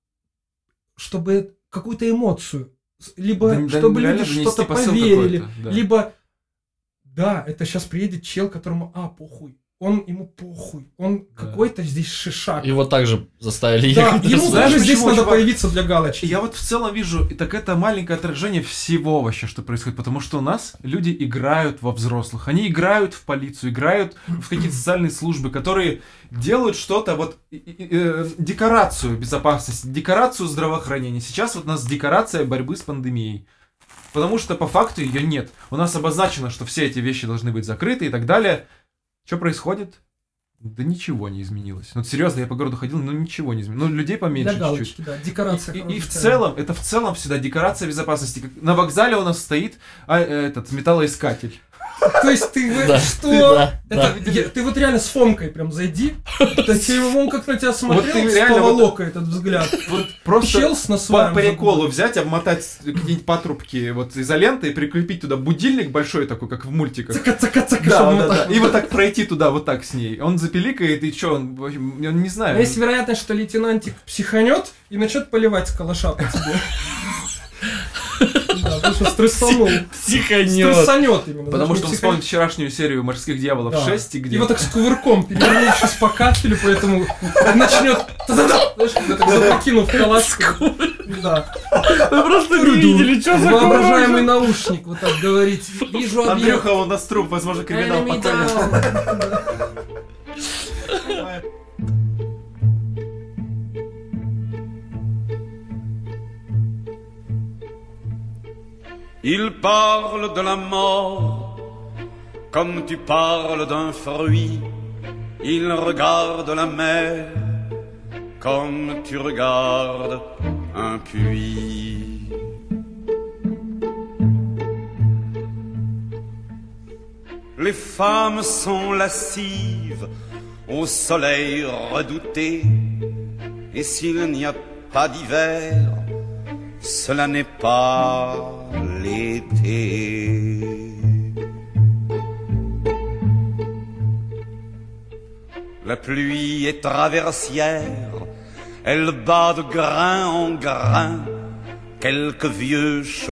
чтобы какую-то эмоцию, либо чтобы люди что-то поверили, либо, да, это сейчас приедет чел, которому, похуй. Ему похуй. Он какой-то здесь шишак. Его также заставили ехать. Да, ему даже здесь надо появиться для галочки. Я вот в целом вижу, так это маленькое отражение всего вообще, что происходит. Потому что у нас люди играют во взрослых. Они играют в полицию, играют в какие-то социальные службы, которые делают что-то, вот декорацию безопасности, декорацию здравоохранения. Сейчас вот у нас декорация борьбы с пандемией. Потому что по факту ее нет. У нас обозначено, что все эти вещи должны быть закрыты и так далее. Что происходит? Да ничего не изменилось. Вот серьезно, я по городу ходил, но ничего не изменилось. Ну, людей поменьше для галочки, чуть-чуть. Да, декорация. И в целом, это в целом всегда декорация безопасности. На вокзале у нас стоит этот металлоискатель. То есть ты что? Ты вот реально с Фомкой прям зайди. Он как на тебя смотрел, с поволокой этот взгляд. Вот просто чел с насваем. По приколу взять, обмотать какие-нибудь патрубки вот изолентой и прикрепить туда будильник большой такой, как в мультиках. Цака-цака-цака. Да. И вот так пройти туда, вот так с ней. Он запиликает, и что, он не знаю. Есть вероятность, что лейтенантик психанет и начнет поливать с калаша по тебе. Да, потому что стрессанул. Стрессанет именно. Потому что он вспомнит вчерашнюю серию «Морских дьяволов» 6, где... Его так с кувырком перевернувшись по кафелю, поэтому начнет... Знаешь, когда так запрокинув калашку. Да. Вы просто не видели, что за воображаемый наушник, вот так говорить. Вижу объект. Андрюха, у нас труп, возможно, криминал покойный. Il parle de la mort comme tu parles d'un fruit. Il regarde la mer comme tu regardes un puits. Les femmes sont lascives au soleil redouté. Et s'il n'y a pas d'hiver, cela n'est pas l'été. La pluie est traversière, elle bat de grain en grain quelques vieux